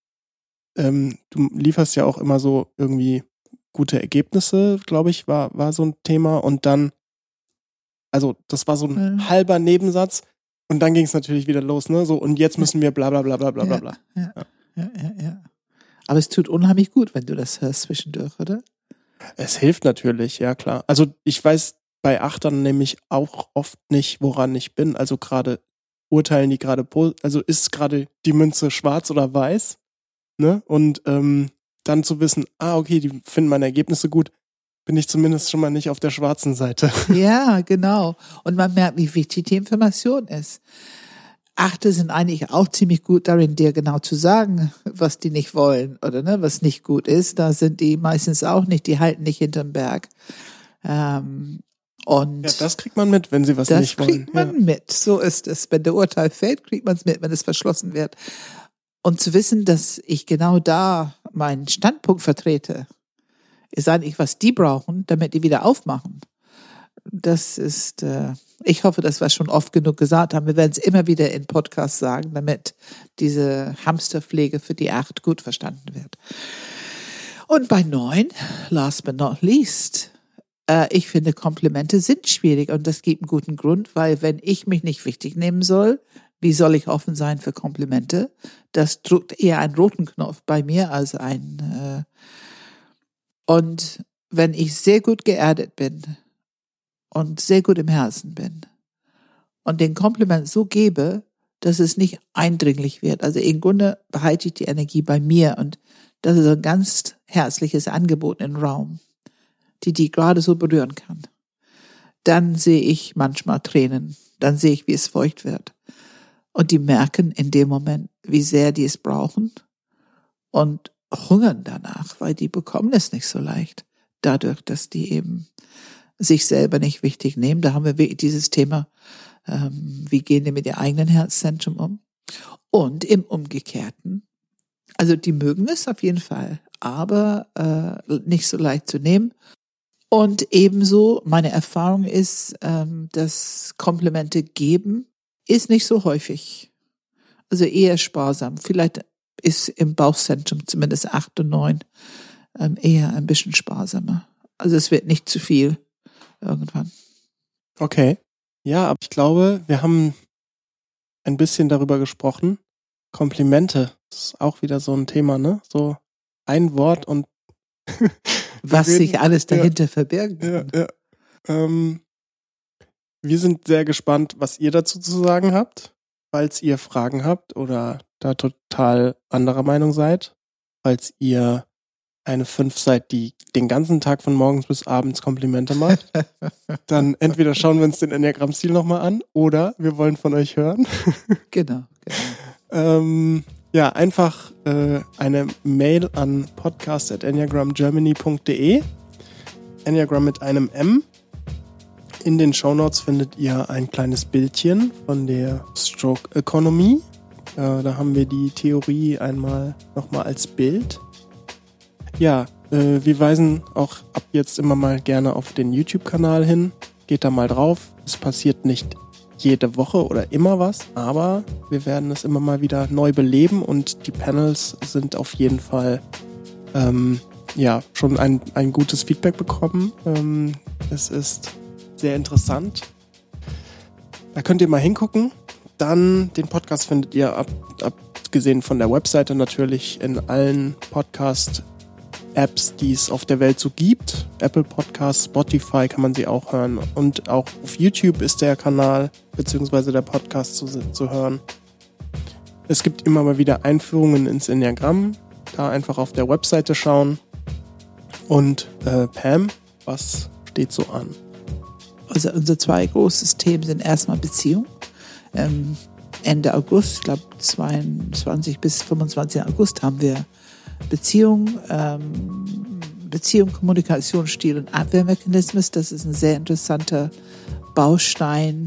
lieferst ja auch immer so irgendwie gute Ergebnisse, glaube ich, war so ein Thema und dann, also das war so ein halber Nebensatz. Und dann ging es natürlich wieder los, ne? So, und jetzt müssen wir bla bla bla bla bla bla bla. Ja. Aber es tut unheimlich gut, wenn du das hörst zwischendurch, oder? Es hilft natürlich, ja klar. Also ich weiß bei Achtern nämlich auch oft nicht, woran ich bin. Also gerade urteilen die gerade, also ist gerade die Münze schwarz oder weiß, ne? Und dann zu wissen, okay, die finden meine Ergebnisse gut, bin ich zumindest schon mal nicht auf der schwarzen Seite. Ja, genau. Und man merkt, wie wichtig die Information ist. Achte sind eigentlich auch ziemlich gut darin, dir genau zu sagen, was die nicht wollen oder ne, was nicht gut ist. Da sind die meistens auch nicht, die halten nicht hinterm Berg. Und ja, das kriegt man mit, wenn sie was nicht wollen. Das kriegt man mit, so ist es. Wenn der Urteil fällt, kriegt man es mit, wenn es verschlossen wird. Und zu wissen, dass ich genau da meinen Standpunkt vertrete, ist eigentlich, was die brauchen, damit die wieder aufmachen. Das ist, ich hoffe, dass wir schon oft genug gesagt haben. Wir werden es immer wieder in Podcasts sagen, damit diese Hamsterpflege für die 8 gut verstanden wird. Und bei 9, last but not least, ich finde, Komplimente sind schwierig und das gibt einen guten Grund, weil wenn ich mich nicht wichtig nehmen soll, wie soll ich offen sein für Komplimente? Das drückt eher einen roten Knopf bei mir als ein und wenn ich sehr gut geerdet bin und sehr gut im Herzen bin und den Kompliment so gebe, dass es nicht eindringlich wird. Also im Grunde behalte ich die Energie bei mir und das ist ein ganz herzliches Angebot im Raum, die gerade so berühren kann. Dann sehe ich manchmal Tränen, dann sehe ich, wie es feucht wird. Und die merken in dem Moment, wie sehr die es brauchen und hungern danach, weil die bekommen es nicht so leicht. Dadurch, dass die eben sich selber nicht wichtig nehmen. Da haben wir wirklich dieses Thema, wie gehen die mit ihrem eigenen Herzzentrum um? Und im Umgekehrten, also die mögen es auf jeden Fall, aber nicht so leicht zu nehmen. Und ebenso, meine Erfahrung ist, dass Komplimente geben ist nicht so häufig. Also eher sparsam. Vielleicht ist im Bauchzentrum zumindest 8 und 9 eher ein bisschen sparsamer. Also es wird nicht zu viel irgendwann. Okay. Ja, aber ich glaube, wir haben ein bisschen darüber gesprochen. Komplimente, das ist auch wieder so ein Thema, ne? So ein Wort und was sich alles dahinter verbirgt. Ja. Wir sind sehr gespannt, was ihr dazu zu sagen habt. Falls ihr Fragen habt oder da total anderer Meinung seid. Falls ihr eine 5 seid, die den ganzen Tag von morgens bis abends Komplimente macht, dann entweder schauen wir uns den Enneagramm-Stil nochmal an oder wir wollen von euch hören. Genau. Ja, einfach eine Mail an podcast@enneagramgermany.de. Enneagram mit einem M. In den Shownotes findet ihr ein kleines Bildchen von der Stroke Economy. Da haben wir die Theorie nochmal als Bild. Ja, wir weisen auch ab jetzt immer mal gerne auf den YouTube-Kanal hin. Geht da mal drauf. Es passiert nicht jede Woche oder immer was, aber wir werden es immer mal wieder neu beleben und die Panels sind auf jeden Fall schon ein gutes Feedback bekommen. Es ist sehr interessant. Da könnt ihr mal hingucken. Dann den Podcast findet ihr abgesehen von der Webseite natürlich in allen Podcast-Apps, die es auf der Welt so gibt. Apple Podcasts, Spotify kann man sie auch hören. Und auch auf YouTube ist der Kanal bzw. der Podcast zu hören. Es gibt immer mal wieder Einführungen ins Enneagramm. Da einfach auf der Webseite schauen. Und Pam, was steht so an? Also unsere 2 große Themen sind erstmal Beziehung. Ende August, ich glaube 22 bis 25 August haben wir Beziehung, Kommunikationsstil und Abwehrmechanismus. Das ist ein sehr interessanter Baustein,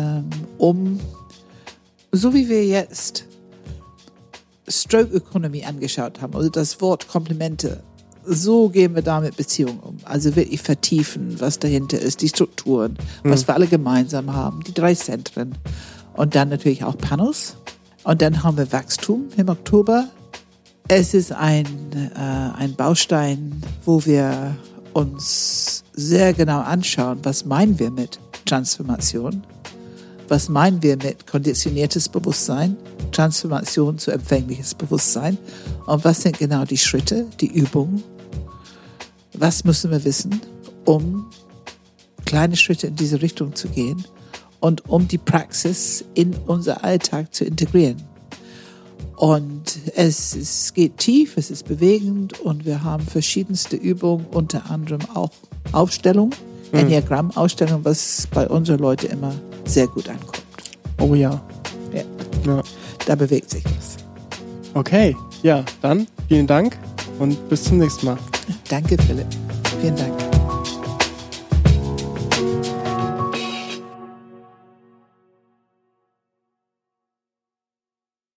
so wie wir jetzt Stroke Economy angeschaut haben, also das Wort Komplimente, so gehen wir da mit Beziehungen um. Also wirklich vertiefen, was dahinter ist, die Strukturen, was wir alle gemeinsam haben, die 3 Zentren. Und dann natürlich auch Panos. Und dann haben wir Wachstum im Oktober. Es ist ein Baustein, wo wir uns sehr genau anschauen, was meinen wir mit Transformation? Was meinen wir mit konditioniertes Bewusstsein? Transformation zu empfängliches Bewusstsein? Und was sind genau die Schritte, die Übungen? Was müssen wir wissen, um kleine Schritte in diese Richtung zu gehen? Und um die Praxis in unser Alltag zu integrieren. Und es geht tief, es ist bewegend und wir haben verschiedenste Übungen, unter anderem auch Aufstellung, Enneagramm-Aufstellung, was bei unseren Leuten immer sehr gut ankommt. Oh ja. Ja. Da bewegt sich was. Okay, ja, dann vielen Dank und bis zum nächsten Mal. Danke, Philipp. Vielen Dank.